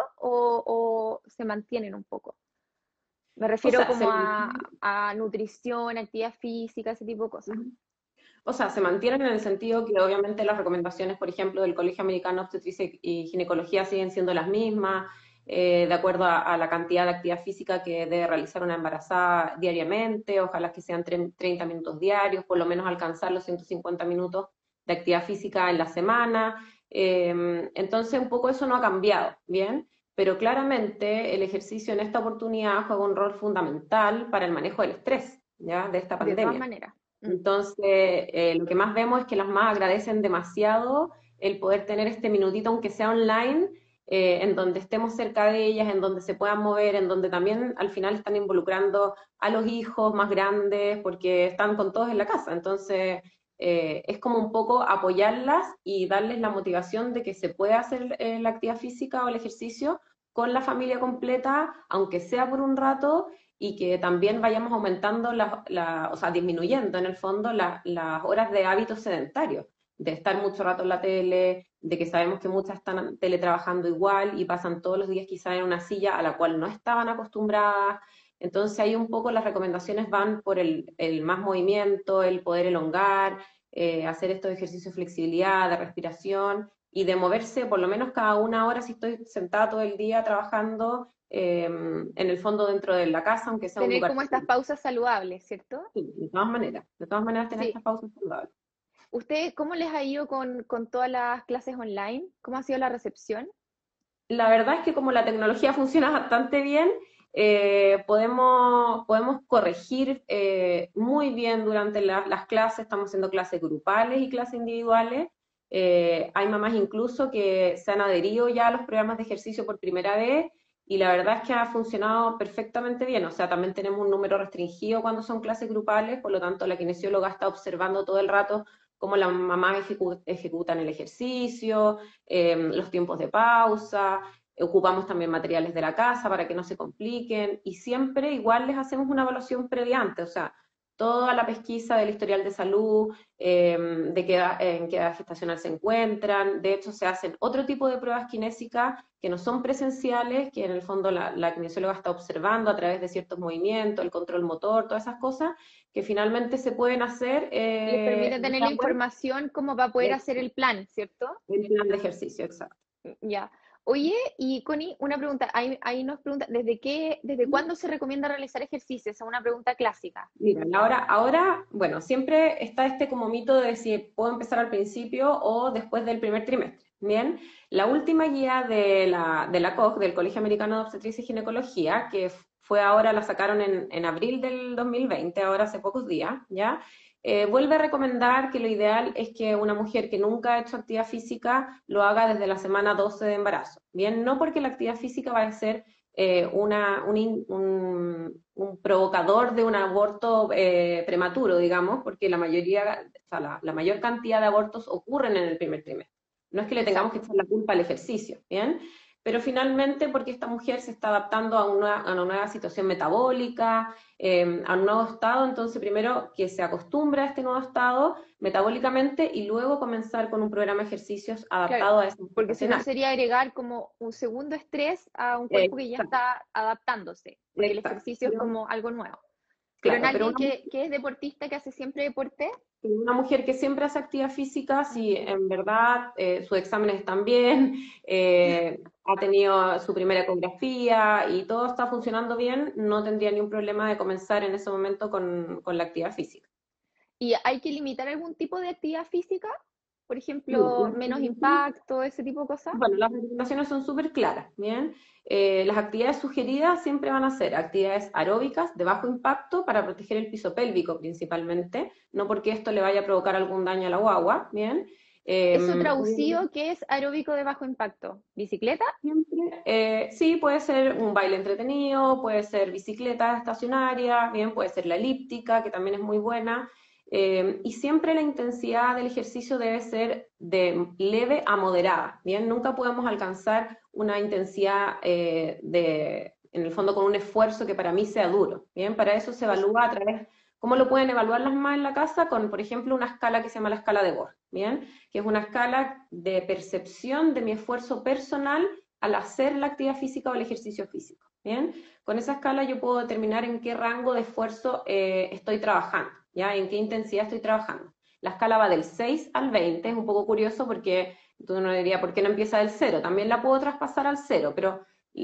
Speaker 1: o se mantienen un poco? Me
Speaker 3: O
Speaker 1: refiero
Speaker 3: sea,
Speaker 1: como a nutrición, actividad física, ese tipo de cosas.
Speaker 3: Ujú. O sea, se mantienen en el sentido que obviamente las recomendaciones, por ejemplo, del Colegio Americano de Obstetricia y Ginecología siguen siendo las mismas, de acuerdo a la cantidad de actividad física que debe realizar una embarazada diariamente, ojalá que sean 30 minutos diarios, por lo menos alcanzar los 150 minutos de actividad física en la semana. Entonces, un poco eso no ha cambiado, ¿bien? Pero claramente el ejercicio en esta oportunidad juega un rol fundamental para el manejo del estrés, ¿ya? De esta
Speaker 1: De todas
Speaker 3: pandemia.
Speaker 1: maneras. Mm.
Speaker 3: Entonces, lo que más vemos es que las más agradecen demasiado el poder tener este minutito, aunque sea online, en donde estemos cerca de ellas, en donde se puedan mover, en donde también al final están involucrando a los hijos más grandes, porque están con todos en la casa. Entonces, es como un poco apoyarlas y darles la motivación de que se puede hacer la actividad física o el ejercicio con la familia completa, aunque sea por un rato, y que también vayamos aumentando, o sea, disminuyendo en el fondo las horas de hábitos sedentarios, de estar mucho rato en la tele, de que sabemos que muchas están teletrabajando igual y pasan todos los días quizás en una silla a la cual no estaban acostumbradas. Entonces ahí un poco las recomendaciones van por el más movimiento, el poder elongar, hacer estos ejercicios de flexibilidad, de respiración y de moverse por lo menos cada una hora si estoy sentada todo el día trabajando, en el fondo dentro de la casa, aunque sea un
Speaker 1: Tener
Speaker 3: lugar
Speaker 1: como estas
Speaker 3: pequeño.
Speaker 1: pausas saludables, ¿cierto?
Speaker 3: Sí, de todas maneras tener
Speaker 1: Sí.
Speaker 3: estas pausas saludables.
Speaker 1: ¿Ustedes cómo les ha ido con todas las clases online? ¿Cómo ha sido la recepción?
Speaker 3: La verdad es que como la tecnología funciona bastante bien, podemos corregir muy bien durante las clases, estamos haciendo clases grupales y clases individuales. Hay mamás incluso que se han adherido ya a los programas de ejercicio por primera vez y la verdad es que ha funcionado perfectamente bien. O sea, también tenemos un número restringido cuando son clases grupales, por lo tanto la kinesióloga está observando todo el rato cómo las mamás ejecutan el ejercicio, los tiempos de pausa, ocupamos también materiales de la casa para que no se compliquen y siempre igual les hacemos una evaluación previa antes, o sea, toda la pesquisa del historial de salud, de en qué edad gestacional se encuentran, de hecho se hacen otro tipo de pruebas kinésicas que no son presenciales, que en el fondo la kinesióloga está observando a través de ciertos movimientos, el control motor, todas esas cosas que finalmente se pueden hacer
Speaker 1: Les permite
Speaker 3: en
Speaker 1: tener
Speaker 3: la
Speaker 1: la
Speaker 3: web,
Speaker 1: información como para poder hacer el plan, ¿cierto?
Speaker 3: el plan de ejercicio, exacto.
Speaker 1: Ya. Oye, y Connie, una pregunta. Ahí nos pregunta, ¿desde cuándo se recomienda realizar ejercicios? Es una pregunta clásica.
Speaker 3: Mira, ahora, bueno, siempre está este como mito de si puedo empezar al principio o después del primer trimestre. Bien, la última guía de la COG, del Colegio Americano de Obstetricia y Ginecología, que fue ahora, la sacaron en abril del 2020, ahora hace pocos días, ¿ya? Vuelve a recomendar que lo ideal es que una mujer que nunca ha hecho actividad física lo haga desde la semana 12 de embarazo. Bien, no porque la actividad física va a ser un provocador de un aborto prematuro, digamos, porque la mayoría, o sea, la mayor cantidad de abortos ocurren en el primer trimestre. No es que le tengamos que
Speaker 1: Exacto.
Speaker 3: echar la culpa al ejercicio, ¿bien? Pero finalmente porque esta mujer se está adaptando a una nueva situación metabólica, a un nuevo estado, entonces primero que se acostumbre a este nuevo estado metabólicamente y luego comenzar con un programa de ejercicios
Speaker 1: Claro,
Speaker 3: adaptado a esa
Speaker 1: porque si no
Speaker 3: situacional.
Speaker 1: sería agregar como un segundo estrés a un cuerpo que ya
Speaker 3: Exacto,
Speaker 1: está adaptándose, porque el
Speaker 3: exacto.
Speaker 1: ejercicio es como algo nuevo. Pero en
Speaker 3: Claro, pero
Speaker 1: alguien que es deportista, que hace siempre deporte,
Speaker 3: una mujer que siempre hace actividad física, si en verdad sus exámenes están bien, ha tenido su primera ecografía y todo está funcionando bien, no tendría ningún problema de comenzar en ese momento con la actividad física.
Speaker 1: y hay que limitar algún tipo de actividad física, por
Speaker 3: Mira,
Speaker 1: ejemplo, menos impacto, ese tipo de cosas.
Speaker 3: bueno, las recomendaciones son súper claras, ¿bien? Las actividades sugeridas siempre van a ser actividades aeróbicas de bajo impacto para proteger el piso pélvico principalmente, no porque esto le vaya a provocar algún daño a la guagua, ¿bien?
Speaker 1: Eso
Speaker 3: Obviamente
Speaker 1: traducido, ¿qué es aeróbico de bajo impacto? ¿Bicicleta?
Speaker 3: siempre, sí, puede ser un baile entretenido, puede ser bicicleta estacionaria, bien, puede ser la elíptica, que también es muy buena, y siempre la intensidad del ejercicio debe ser de leve a moderada, bien, nunca podemos alcanzar una intensidad en el fondo con un esfuerzo que para mí sea duro, bien, para eso se
Speaker 1: O-
Speaker 3: evalúa a través, ¿cómo lo pueden evaluar las mamás en la casa? Con, por ejemplo, una escala que se llama la escala de Borg, bien, que es una escala de percepción de mi esfuerzo personal al hacer la actividad física o el ejercicio físico. ¿Bien? Con esa escala yo puedo determinar en qué rango de esfuerzo estoy trabajando, ¿ya? En qué intensidad estoy trabajando. La escala va del 6 al 20, es un poco curioso porque tú no dirías, ¿por qué no empieza del 0? También la puedo traspasar al 0, pero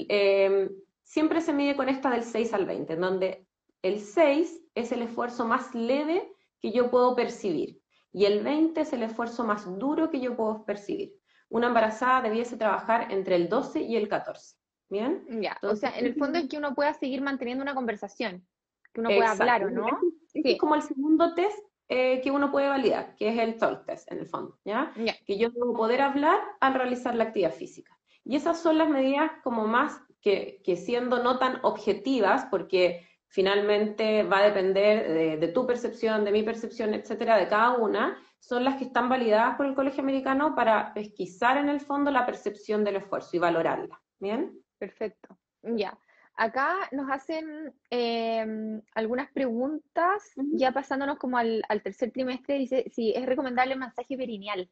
Speaker 3: siempre se mide con esta del 6 al 20, en donde el 6 es el esfuerzo más leve que yo puedo percibir y el 20 es el esfuerzo más duro que yo puedo percibir. Una embarazada debiese trabajar entre el 12 y el 14. ¿Bien?
Speaker 1: Ya, o sea,
Speaker 3: Entonces,
Speaker 1: en el fondo es que uno pueda seguir manteniendo una conversación, que uno pueda hablar,
Speaker 3: exacto.
Speaker 1: ¿o no?
Speaker 3: Este es
Speaker 1: Sí,
Speaker 3: como el segundo test que uno puede validar, que es el talk test en el fondo, ¿ya?
Speaker 1: ya.
Speaker 3: Que yo debo poder hablar al realizar la actividad física. Y esas son las medidas como más que siendo no tan objetivas, porque finalmente va a depender de tu percepción, de mi percepción, etcétera, de cada una, son las que están validadas por el Colegio Americano para pesquisar en el fondo la percepción del esfuerzo y valorarla. ¿Bien?
Speaker 1: Perfecto. Ya. Acá nos hacen algunas preguntas,
Speaker 3: Ujú.
Speaker 1: ya pasándonos como al tercer trimestre, dice si es recomendable el masaje perineal.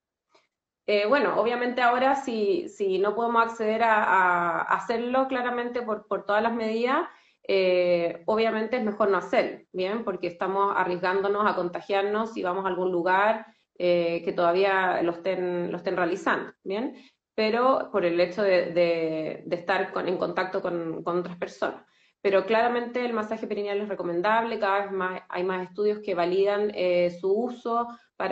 Speaker 3: Bueno, obviamente ahora si no podemos acceder a hacerlo claramente por todas las medidas, obviamente es mejor no hacerlo, ¿bien? Porque estamos arriesgándonos a contagiarnos si vamos a algún lugar que todavía lo estén realizando, ¿bien? Pero por el hecho de estar en contacto con otras personas. Pero claramente el masaje perineal es recomendable, cada vez más, hay más estudios que validan su uso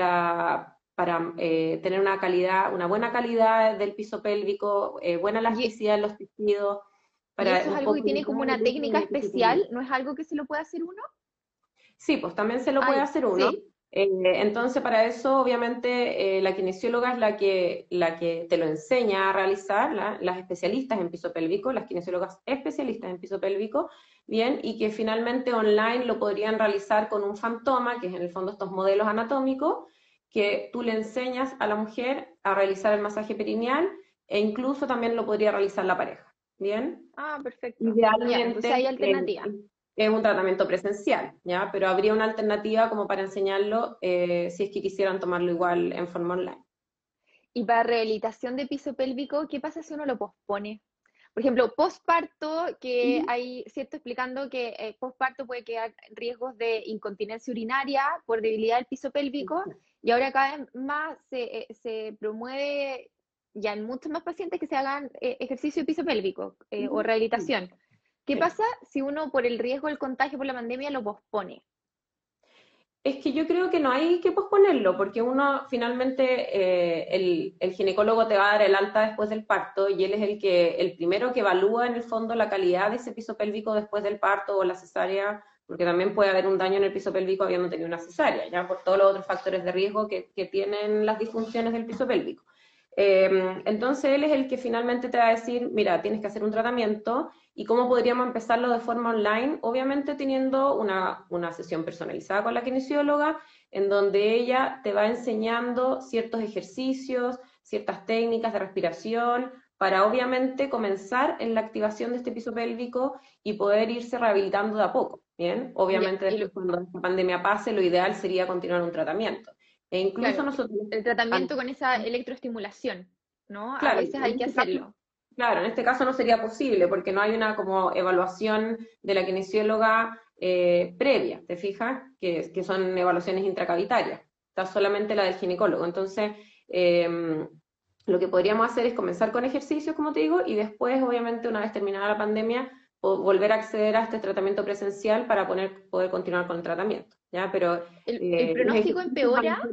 Speaker 3: para tener una calidad, una buena calidad del piso pélvico, buena
Speaker 1: Y,
Speaker 3: elasticidad en los tejidos,
Speaker 1: y
Speaker 3: para
Speaker 1: eso es
Speaker 3: un
Speaker 1: algo que
Speaker 3: poco
Speaker 1: tiene como
Speaker 3: evitar
Speaker 1: una
Speaker 3: el uso
Speaker 1: técnica
Speaker 3: del piso pélvico.
Speaker 1: especial, ¿no es algo que se lo puede hacer uno?
Speaker 3: Sí, pues también se lo puede
Speaker 1: Ay,
Speaker 3: hacer uno.
Speaker 1: sí.
Speaker 3: Entonces, para eso, obviamente, la kinesióloga es la que te lo enseña a realizar, las especialistas en piso pélvico, las kinesiólogas especialistas en piso pélvico, bien, y que finalmente online lo podrían realizar con un fantoma, que es en el fondo estos modelos anatómicos, que tú le enseñas a la mujer a realizar el masaje perineal e incluso también lo podría realizar la pareja, bien.
Speaker 1: Ah, perfecto. Ya, entonces hay
Speaker 3: Idealmente
Speaker 1: alternativa.
Speaker 3: es un tratamiento presencial, ¿ya? Pero habría una alternativa como para enseñarlo si es que quisieran tomarlo igual en forma online.
Speaker 1: Y para rehabilitación de piso pélvico, ¿qué pasa si uno lo pospone? Por ejemplo, posparto, que
Speaker 3: Ujú.
Speaker 1: hay cierto explicando que posparto puede quedar riesgos de incontinencia urinaria por debilidad del piso pélvico, y ahora cada vez más se promueve ya en muchos más pacientes que se hagan ejercicio de piso pélvico o
Speaker 3: Ujú. Sí,
Speaker 1: rehabilitación. ¿Qué
Speaker 3: sí.
Speaker 1: pasa si uno por el riesgo del contagio por la pandemia lo pospone?
Speaker 3: Es que yo creo que no hay que posponerlo, porque uno finalmente, el ginecólogo te va a dar el alta después del parto y él es el primero que evalúa en el fondo la calidad de ese piso pélvico después del parto o la cesárea, porque también puede haber un daño en el piso pélvico habiendo tenido una cesárea, ya por todos los otros factores de riesgo que tienen las disfunciones del piso pélvico. Entonces él es el que finalmente te va a decir, mira, tienes que hacer un tratamiento y cómo podríamos empezarlo de forma online, obviamente teniendo una sesión personalizada con la kinesióloga, en donde ella te va enseñando ciertos ejercicios, ciertas técnicas de respiración, para obviamente comenzar en la activación de este piso pélvico y poder irse rehabilitando de a poco, ¿bien?
Speaker 1: Ya,
Speaker 3: Obviamente después cuando esta pandemia pase, lo ideal sería continuar un tratamiento. E incluso
Speaker 1: claro,
Speaker 3: nosotros,
Speaker 1: el tratamiento con esa electroestimulación, ¿no? A
Speaker 3: claro,
Speaker 1: veces
Speaker 3: en
Speaker 1: hay que
Speaker 3: este caso,
Speaker 1: hacerlo.
Speaker 3: claro, en este caso no sería posible porque no hay una como evaluación de la kinesióloga previa, ¿te fijas? Que son evaluaciones intracavitarias. Está solamente la del ginecólogo. Entonces, lo que podríamos hacer es comenzar con ejercicios, como te digo, y después, obviamente, una vez terminada la pandemia, volver a acceder a este tratamiento presencial para poder continuar con el tratamiento, ¿ya? Pero
Speaker 1: El
Speaker 3: los
Speaker 1: pronóstico
Speaker 3: ejercicios van
Speaker 1: empeora,
Speaker 3: a ser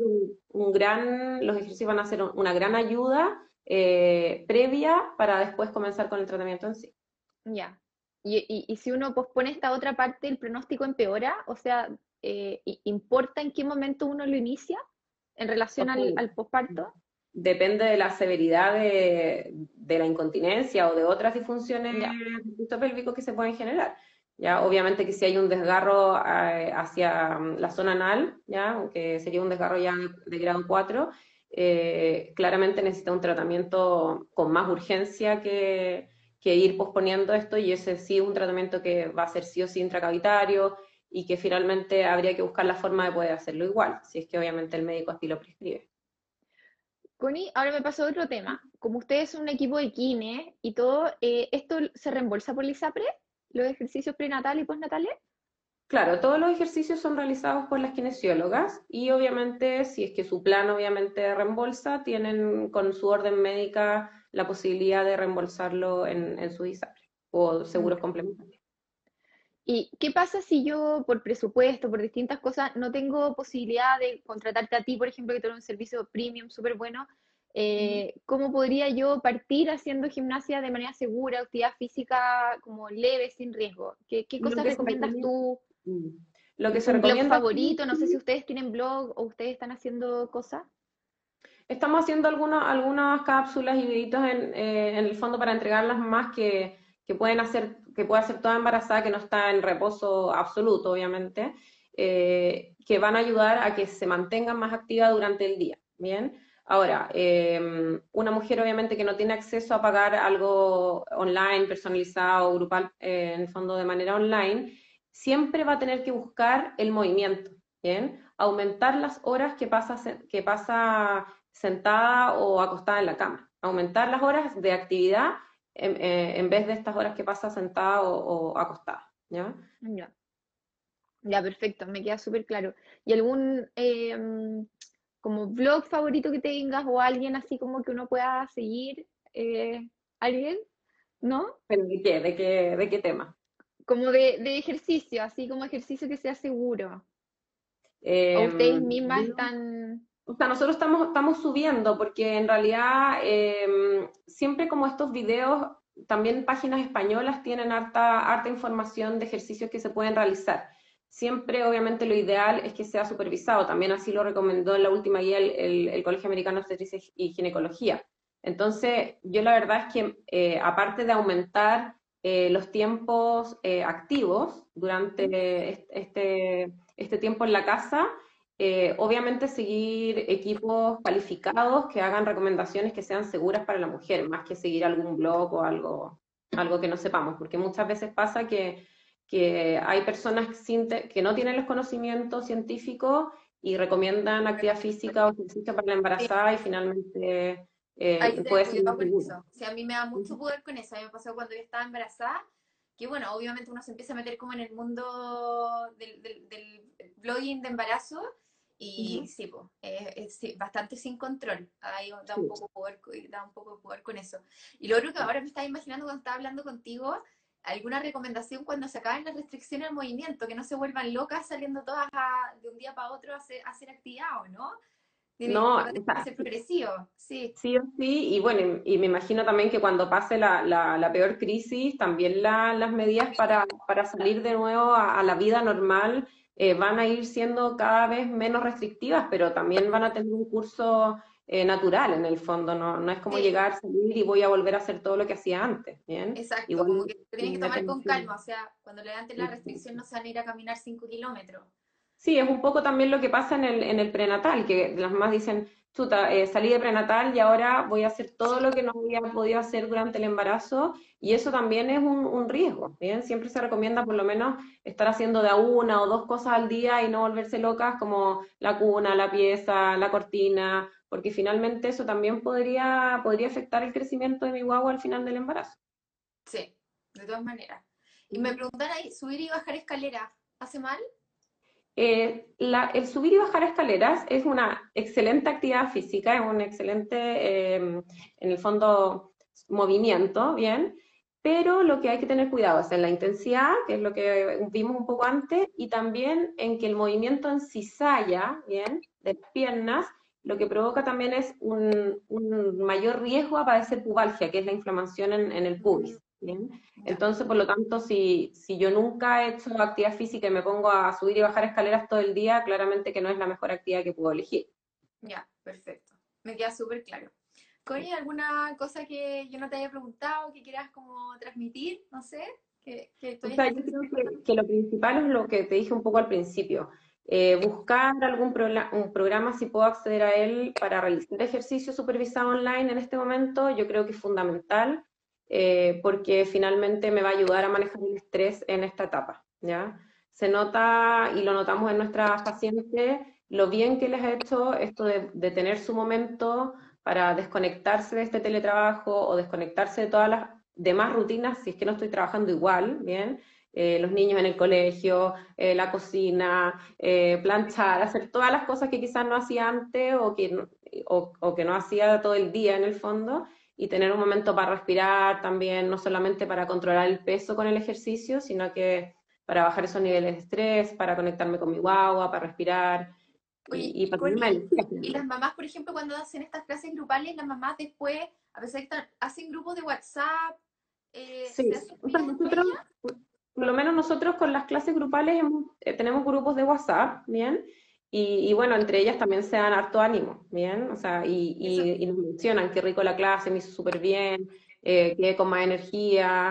Speaker 3: los ejercicios van a ser una gran ayuda previa para después comenzar con el tratamiento en sí.
Speaker 1: ya. Y si uno pospone esta otra parte, el pronóstico empeora, o sea, ¿importa en qué momento uno lo inicia en
Speaker 3: O
Speaker 1: relación
Speaker 3: sea,
Speaker 1: al posparto?
Speaker 3: depende de la severidad de la incontinencia o de otras disfunciones
Speaker 1: Ya,
Speaker 3: del piso pélvico que se pueden generar. Ya, obviamente que si hay un desgarro hacia la zona anal, ya, que sería un desgarro ya de grado 4, claramente necesita un tratamiento con más urgencia que ir posponiendo esto, y ese sí es un tratamiento que va a ser sí o sí intracavitario y que finalmente habría que buscar la forma de poder hacerlo igual, si es que obviamente el médico así lo prescribe.
Speaker 1: Connie, ahora me pasó a otro tema. Como ustedes son un equipo de kine y todo, ¿esto se reembolsa por la ISAPRE? ¿Los ejercicios prenatales y postnatales?
Speaker 3: Claro, todos los ejercicios son realizados por las kinesiólogas y obviamente si es que su plan obviamente reembolsa, tienen con su orden médica la posibilidad de reembolsarlo en su ISAPRE o seguros
Speaker 1: Ya.
Speaker 3: complementarios.
Speaker 1: ¿Y qué pasa si yo, por presupuesto, por distintas cosas, no tengo posibilidad de contratarte a ti, por ejemplo, que tengo un servicio premium súper bueno?
Speaker 3: Ujú.
Speaker 1: ¿Cómo podría yo partir haciendo gimnasia de manera segura, actividad física como leve, sin riesgo? ¿Qué
Speaker 3: Lo
Speaker 1: cosas
Speaker 3: que se
Speaker 1: recomiendas
Speaker 3: recomienda,
Speaker 1: tú?
Speaker 3: mm, lo que se
Speaker 1: ¿Un blog
Speaker 3: recomienda sí,
Speaker 1: favorito? No sé si ustedes tienen blog o ustedes están haciendo cosas.
Speaker 3: estamos haciendo algunas cápsulas y videitos en el fondo para entregarlas más que puede hacer toda embarazada que no está en reposo absoluto, obviamente, que van a ayudar a que se mantengan más activas durante el día, ¿bien? Ahora, una mujer obviamente que no tiene acceso a pagar algo online, personalizado, grupal, en el fondo de manera online, siempre va a tener que buscar el movimiento, ¿bien? Aumentar las horas que pasa sentada o acostada en la cama, aumentar las horas de actividad en vez de estas horas que pasa sentada o acostada, ¿ya?
Speaker 1: Ya, ya, perfecto, me queda súper claro. ¿Y algún como blog favorito que tengas o alguien así como que uno pueda seguir? ¿Alguien? ¿No?
Speaker 3: ¿Pero de qué tema?
Speaker 1: Como de ejercicio, así como ejercicio que sea seguro. ¿O ustedes mismas
Speaker 3: Bueno,
Speaker 1: están...
Speaker 3: o sea, nosotros estamos subiendo porque en realidad siempre como estos videos, también páginas españolas tienen harta información de ejercicios que se pueden realizar. Siempre, obviamente, lo ideal es que sea supervisado. También así lo recomendó en la última guía el Colegio Americano de Obstetricia y Ginecología. Entonces, yo la verdad es que aparte de aumentar los tiempos activos durante este tiempo en la casa, obviamente seguir equipos calificados que hagan recomendaciones que sean seguras para la mujer, más que seguir algún blog o algo que no sepamos, porque muchas veces pasa que hay personas que no tienen los conocimientos científicos y recomiendan actividad física o ejercicio para la
Speaker 4: Sí,
Speaker 3: embarazada y finalmente
Speaker 4: hay que tener
Speaker 3: puede ser
Speaker 4: cuidado con
Speaker 3: inseguro.
Speaker 4: eso. O sea, a mí me da mucho poder con eso. A mí me pasó cuando yo estaba embarazada, que bueno, obviamente uno se empieza a meter como en el mundo del blogging de embarazo y
Speaker 3: Ujú.
Speaker 4: sí, pues, sí, bastante sin control. Ahí da un
Speaker 3: Sí.
Speaker 4: poco poder, da un poco de poder con eso. Y lo otro que ahora me estaba imaginando cuando estaba hablando contigo, alguna recomendación cuando se acaben las restricciones al movimiento, que no se vuelvan locas saliendo todas de un día para otro a hacer actividad, ¿o no?
Speaker 3: No,
Speaker 4: Va a
Speaker 3: o
Speaker 4: tener que
Speaker 3: sea,
Speaker 4: ser progresivo, sí.
Speaker 3: sí o sí, y bueno, y me imagino también que cuando pase la peor crisis, también las medidas para salir de nuevo a la vida normal van a ir siendo cada vez menos restrictivas, pero también van a tener un curso natural en el fondo, no es como
Speaker 4: Sí,
Speaker 3: llegar, salir y voy a volver a hacer todo lo que hacía antes, ¿bien?
Speaker 4: exacto, como
Speaker 3: Igual
Speaker 4: que se tienen que
Speaker 3: tiene
Speaker 4: tomar con
Speaker 3: atención.
Speaker 4: calma, o sea, cuando levanten la restricción no se van a ir a caminar 5 kilómetros.
Speaker 3: Sí, es un poco también lo que pasa en el prenatal, que las mamás dicen, chuta, salí de prenatal y ahora voy a hacer todo lo que no había podido hacer durante el embarazo, y eso también es un riesgo, ¿bien? Siempre se recomienda por lo menos estar haciendo de a una o dos cosas al día y no volverse locas como la cuna, la pieza, la cortina, porque finalmente eso también podría afectar el crecimiento de mi guagua al final del embarazo.
Speaker 4: Sí, de todas maneras. Y me preguntan ahí, ¿subir y bajar escaleras hace mal?
Speaker 3: El subir y bajar escaleras es una excelente actividad física, es un excelente, en el fondo, movimiento, ¿bien? Pero lo que hay que tener cuidado es en la intensidad, que es lo que vimos un poco antes, y también en que el movimiento en cizalla, ¿bien? De las piernas, lo que provoca también es un mayor riesgo a padecer pubalgia, que es la inflamación en el pubis, ¿bien?
Speaker 4: Ya,
Speaker 3: Entonces, por lo tanto, si yo nunca he hecho actividad física y me pongo a subir y bajar escaleras todo el día, claramente que no es la mejor actividad que puedo elegir.
Speaker 4: ya, perfecto. Me queda súper claro. Connie, ¿alguna cosa que yo no te haya preguntado, que quieras como transmitir? No sé, que
Speaker 3: O
Speaker 4: todavía
Speaker 3: sea,
Speaker 4: estás
Speaker 3: yo creo
Speaker 4: pensando.
Speaker 3: que lo principal es lo que te dije un poco al principio. Buscar un programa, si puedo acceder a él, para realizar ejercicio supervisado online en este momento, yo creo que es fundamental, porque finalmente me va a ayudar a manejar el estrés en esta etapa, ¿ya? Se nota, y lo notamos en nuestras pacientes, lo bien que les ha hecho esto de tener su momento para desconectarse de este teletrabajo o desconectarse de todas las demás rutinas, si es que no estoy trabajando igual, ¿bien? Los niños en el colegio, la cocina, planchar, hacer todas las cosas que quizás no hacía antes o que no hacía todo el día en el fondo, y tener un momento para respirar también, no solamente para controlar el peso con el ejercicio, sino que para bajar esos niveles de estrés, para conectarme con mi guagua, para respirar
Speaker 4: Oye,
Speaker 3: y
Speaker 4: y
Speaker 3: para tener más
Speaker 4: Connie,
Speaker 3: energía
Speaker 4: y las
Speaker 3: finalmente.
Speaker 4: mamás, por ejemplo, cuando hacen estas clases grupales, las mamás después, a pesar de que hacen grupos de WhatsApp, ¿se
Speaker 3: Sí,
Speaker 4: hacen
Speaker 3: o sea,
Speaker 4: amigas entre
Speaker 3: nosotros,
Speaker 4: ellas?
Speaker 3: por lo menos nosotros con las clases grupales tenemos grupos de WhatsApp, ¿bien? Y bueno, entre ellas también se dan harto ánimo, ¿bien? O sea,
Speaker 4: Eso,
Speaker 3: y nos mencionan qué rico la clase, me hizo súper bien, quedé con más energía,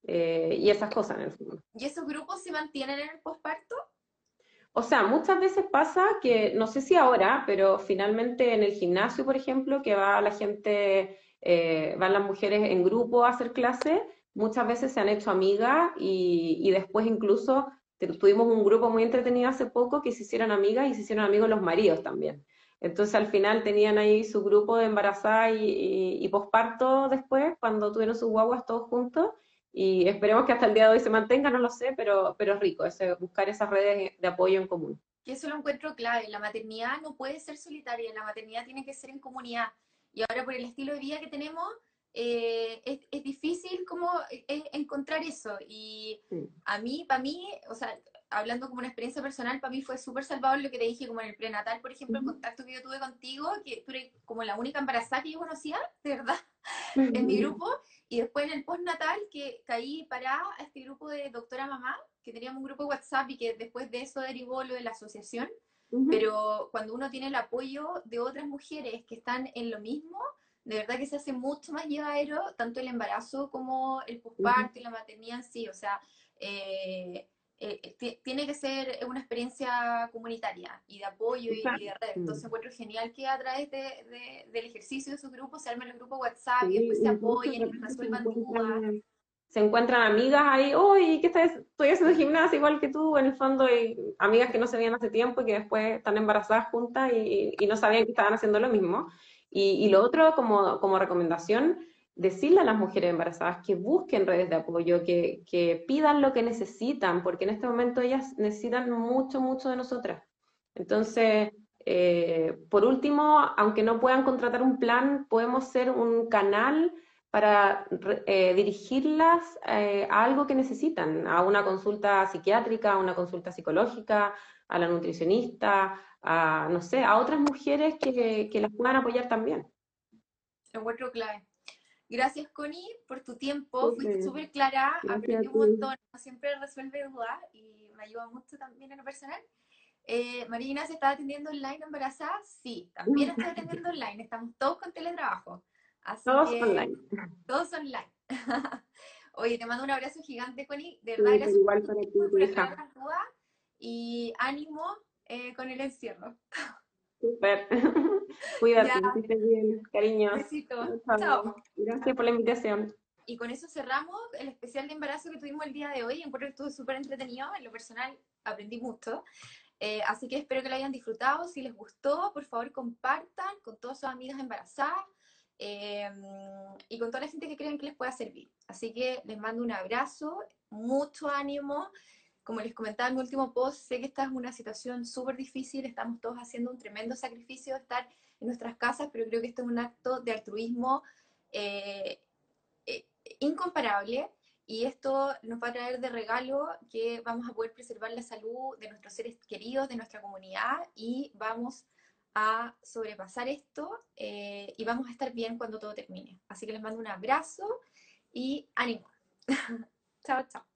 Speaker 3: y esas cosas en el fondo.
Speaker 4: ¿Y esos grupos se mantienen en el posparto?
Speaker 3: O sea, muchas veces pasa que, no sé si ahora, pero finalmente en el gimnasio, por ejemplo, que va la gente, van las mujeres en grupo a hacer clases, muchas veces se han hecho amigas y después incluso tuvimos un grupo muy entretenido hace poco que se hicieron amigas y se hicieron amigos los maridos también. Entonces al final tenían ahí su grupo de embarazadas y posparto después, cuando tuvieron sus guaguas todos juntos, y esperemos que hasta el día de hoy se mantenga, no lo sé, pero es rico buscar esas redes de apoyo en común.
Speaker 4: Y eso lo encuentro clave. La maternidad no puede ser solitaria, la maternidad tiene que ser en comunidad. Y ahora por el estilo de vida que tenemos, es difícil como encontrar eso. Y
Speaker 3: Sí.
Speaker 4: para mí, o sea, hablando como una experiencia personal, para mí fue súper salvador lo que te dije, como en el prenatal, por ejemplo, el contacto que yo tuve contigo, que tú eres como la única embarazada que yo conocía, de verdad, en mi grupo, y después en el postnatal que caí parada a este grupo de Doctora Mamá, que teníamos un grupo de WhatsApp y que después de eso derivó lo de la asociación, pero cuando uno tiene el apoyo de otras mujeres que están en lo mismo, de verdad que se hace mucho más llevadero tanto el embarazo como el posparto y la maternidad en sí, o sea, tiene que ser una experiencia comunitaria y de apoyo y de red. Entonces encuentro genial que a través del ejercicio de esos grupos se armen los grupos WhatsApp y
Speaker 3: Sí,
Speaker 4: después se
Speaker 3: incluso
Speaker 4: apoyen
Speaker 3: de
Speaker 4: y
Speaker 3: repente
Speaker 4: resuelvan dudas.
Speaker 3: se encuentran amigas ahí, uy, ¿qué estás? Estoy haciendo gimnasia igual que tú, en el fondo, y amigas que no se veían hace tiempo y que después están embarazadas juntas y no sabían que estaban haciendo lo mismo. Y lo otro, como recomendación, decirle a las mujeres embarazadas que busquen redes de apoyo, que pidan lo que necesitan, porque en este momento ellas necesitan mucho, mucho de nosotras. Entonces, por último, aunque no puedan contratar un plan, podemos ser un canal para dirigirlas a algo que necesitan, a una consulta psiquiátrica, a una consulta psicológica, a la nutricionista, a, no sé, a otras mujeres que las puedan apoyar también.
Speaker 4: Lo encuentro clave. Gracias, Connie, por tu tiempo. Fuiste
Speaker 3: Súper,
Speaker 4: súper clara,
Speaker 3: gracias
Speaker 4: aprendí
Speaker 3: a
Speaker 4: un
Speaker 3: ti.
Speaker 4: montón. Siempre resuelve dudas y me ayuda mucho también en lo personal. Marina, ¿se está atendiendo online embarazada? Sí, también estoy atendiendo online. Estamos todos con teletrabajo. Así
Speaker 3: Todos
Speaker 4: que
Speaker 3: online.
Speaker 4: todos online. Oye, te mando un abrazo gigante, Connie. De verdad,
Speaker 3: Súper
Speaker 4: gracias por
Speaker 3: igual
Speaker 4: tu
Speaker 3: para ti,
Speaker 4: tiempo y
Speaker 3: tu
Speaker 4: por aclarar
Speaker 3: hija.
Speaker 4: las dudas. Y ánimo con el encierro.
Speaker 3: Súper.
Speaker 4: Ya,
Speaker 3: Cuídate, que estés bien. Cariños.
Speaker 4: besitos.
Speaker 3: Chao,
Speaker 4: Chao.
Speaker 3: chao. Gracias por la invitación.
Speaker 4: Y con eso cerramos el especial de embarazo que tuvimos el día de hoy. Encuentro que estuvo súper entretenido. En lo personal aprendí mucho. Así que espero que lo hayan disfrutado. Si les gustó, por favor compartan con todas sus amigas embarazadas eh, y con toda la gente que crean que les pueda servir. Así que les mando un abrazo, mucho ánimo. Como les comentaba en mi último post, sé que esta es una situación súper difícil. Estamos todos haciendo un tremendo sacrificio de estar en nuestras casas, pero creo que esto es un acto de altruismo eh, incomparable y esto nos va a traer de regalo que vamos a poder preservar la salud de nuestros seres queridos, de nuestra comunidad y vamos a sobrepasar esto y vamos a estar bien cuando todo termine. Así que les mando un abrazo y ánimo. Chao, chao.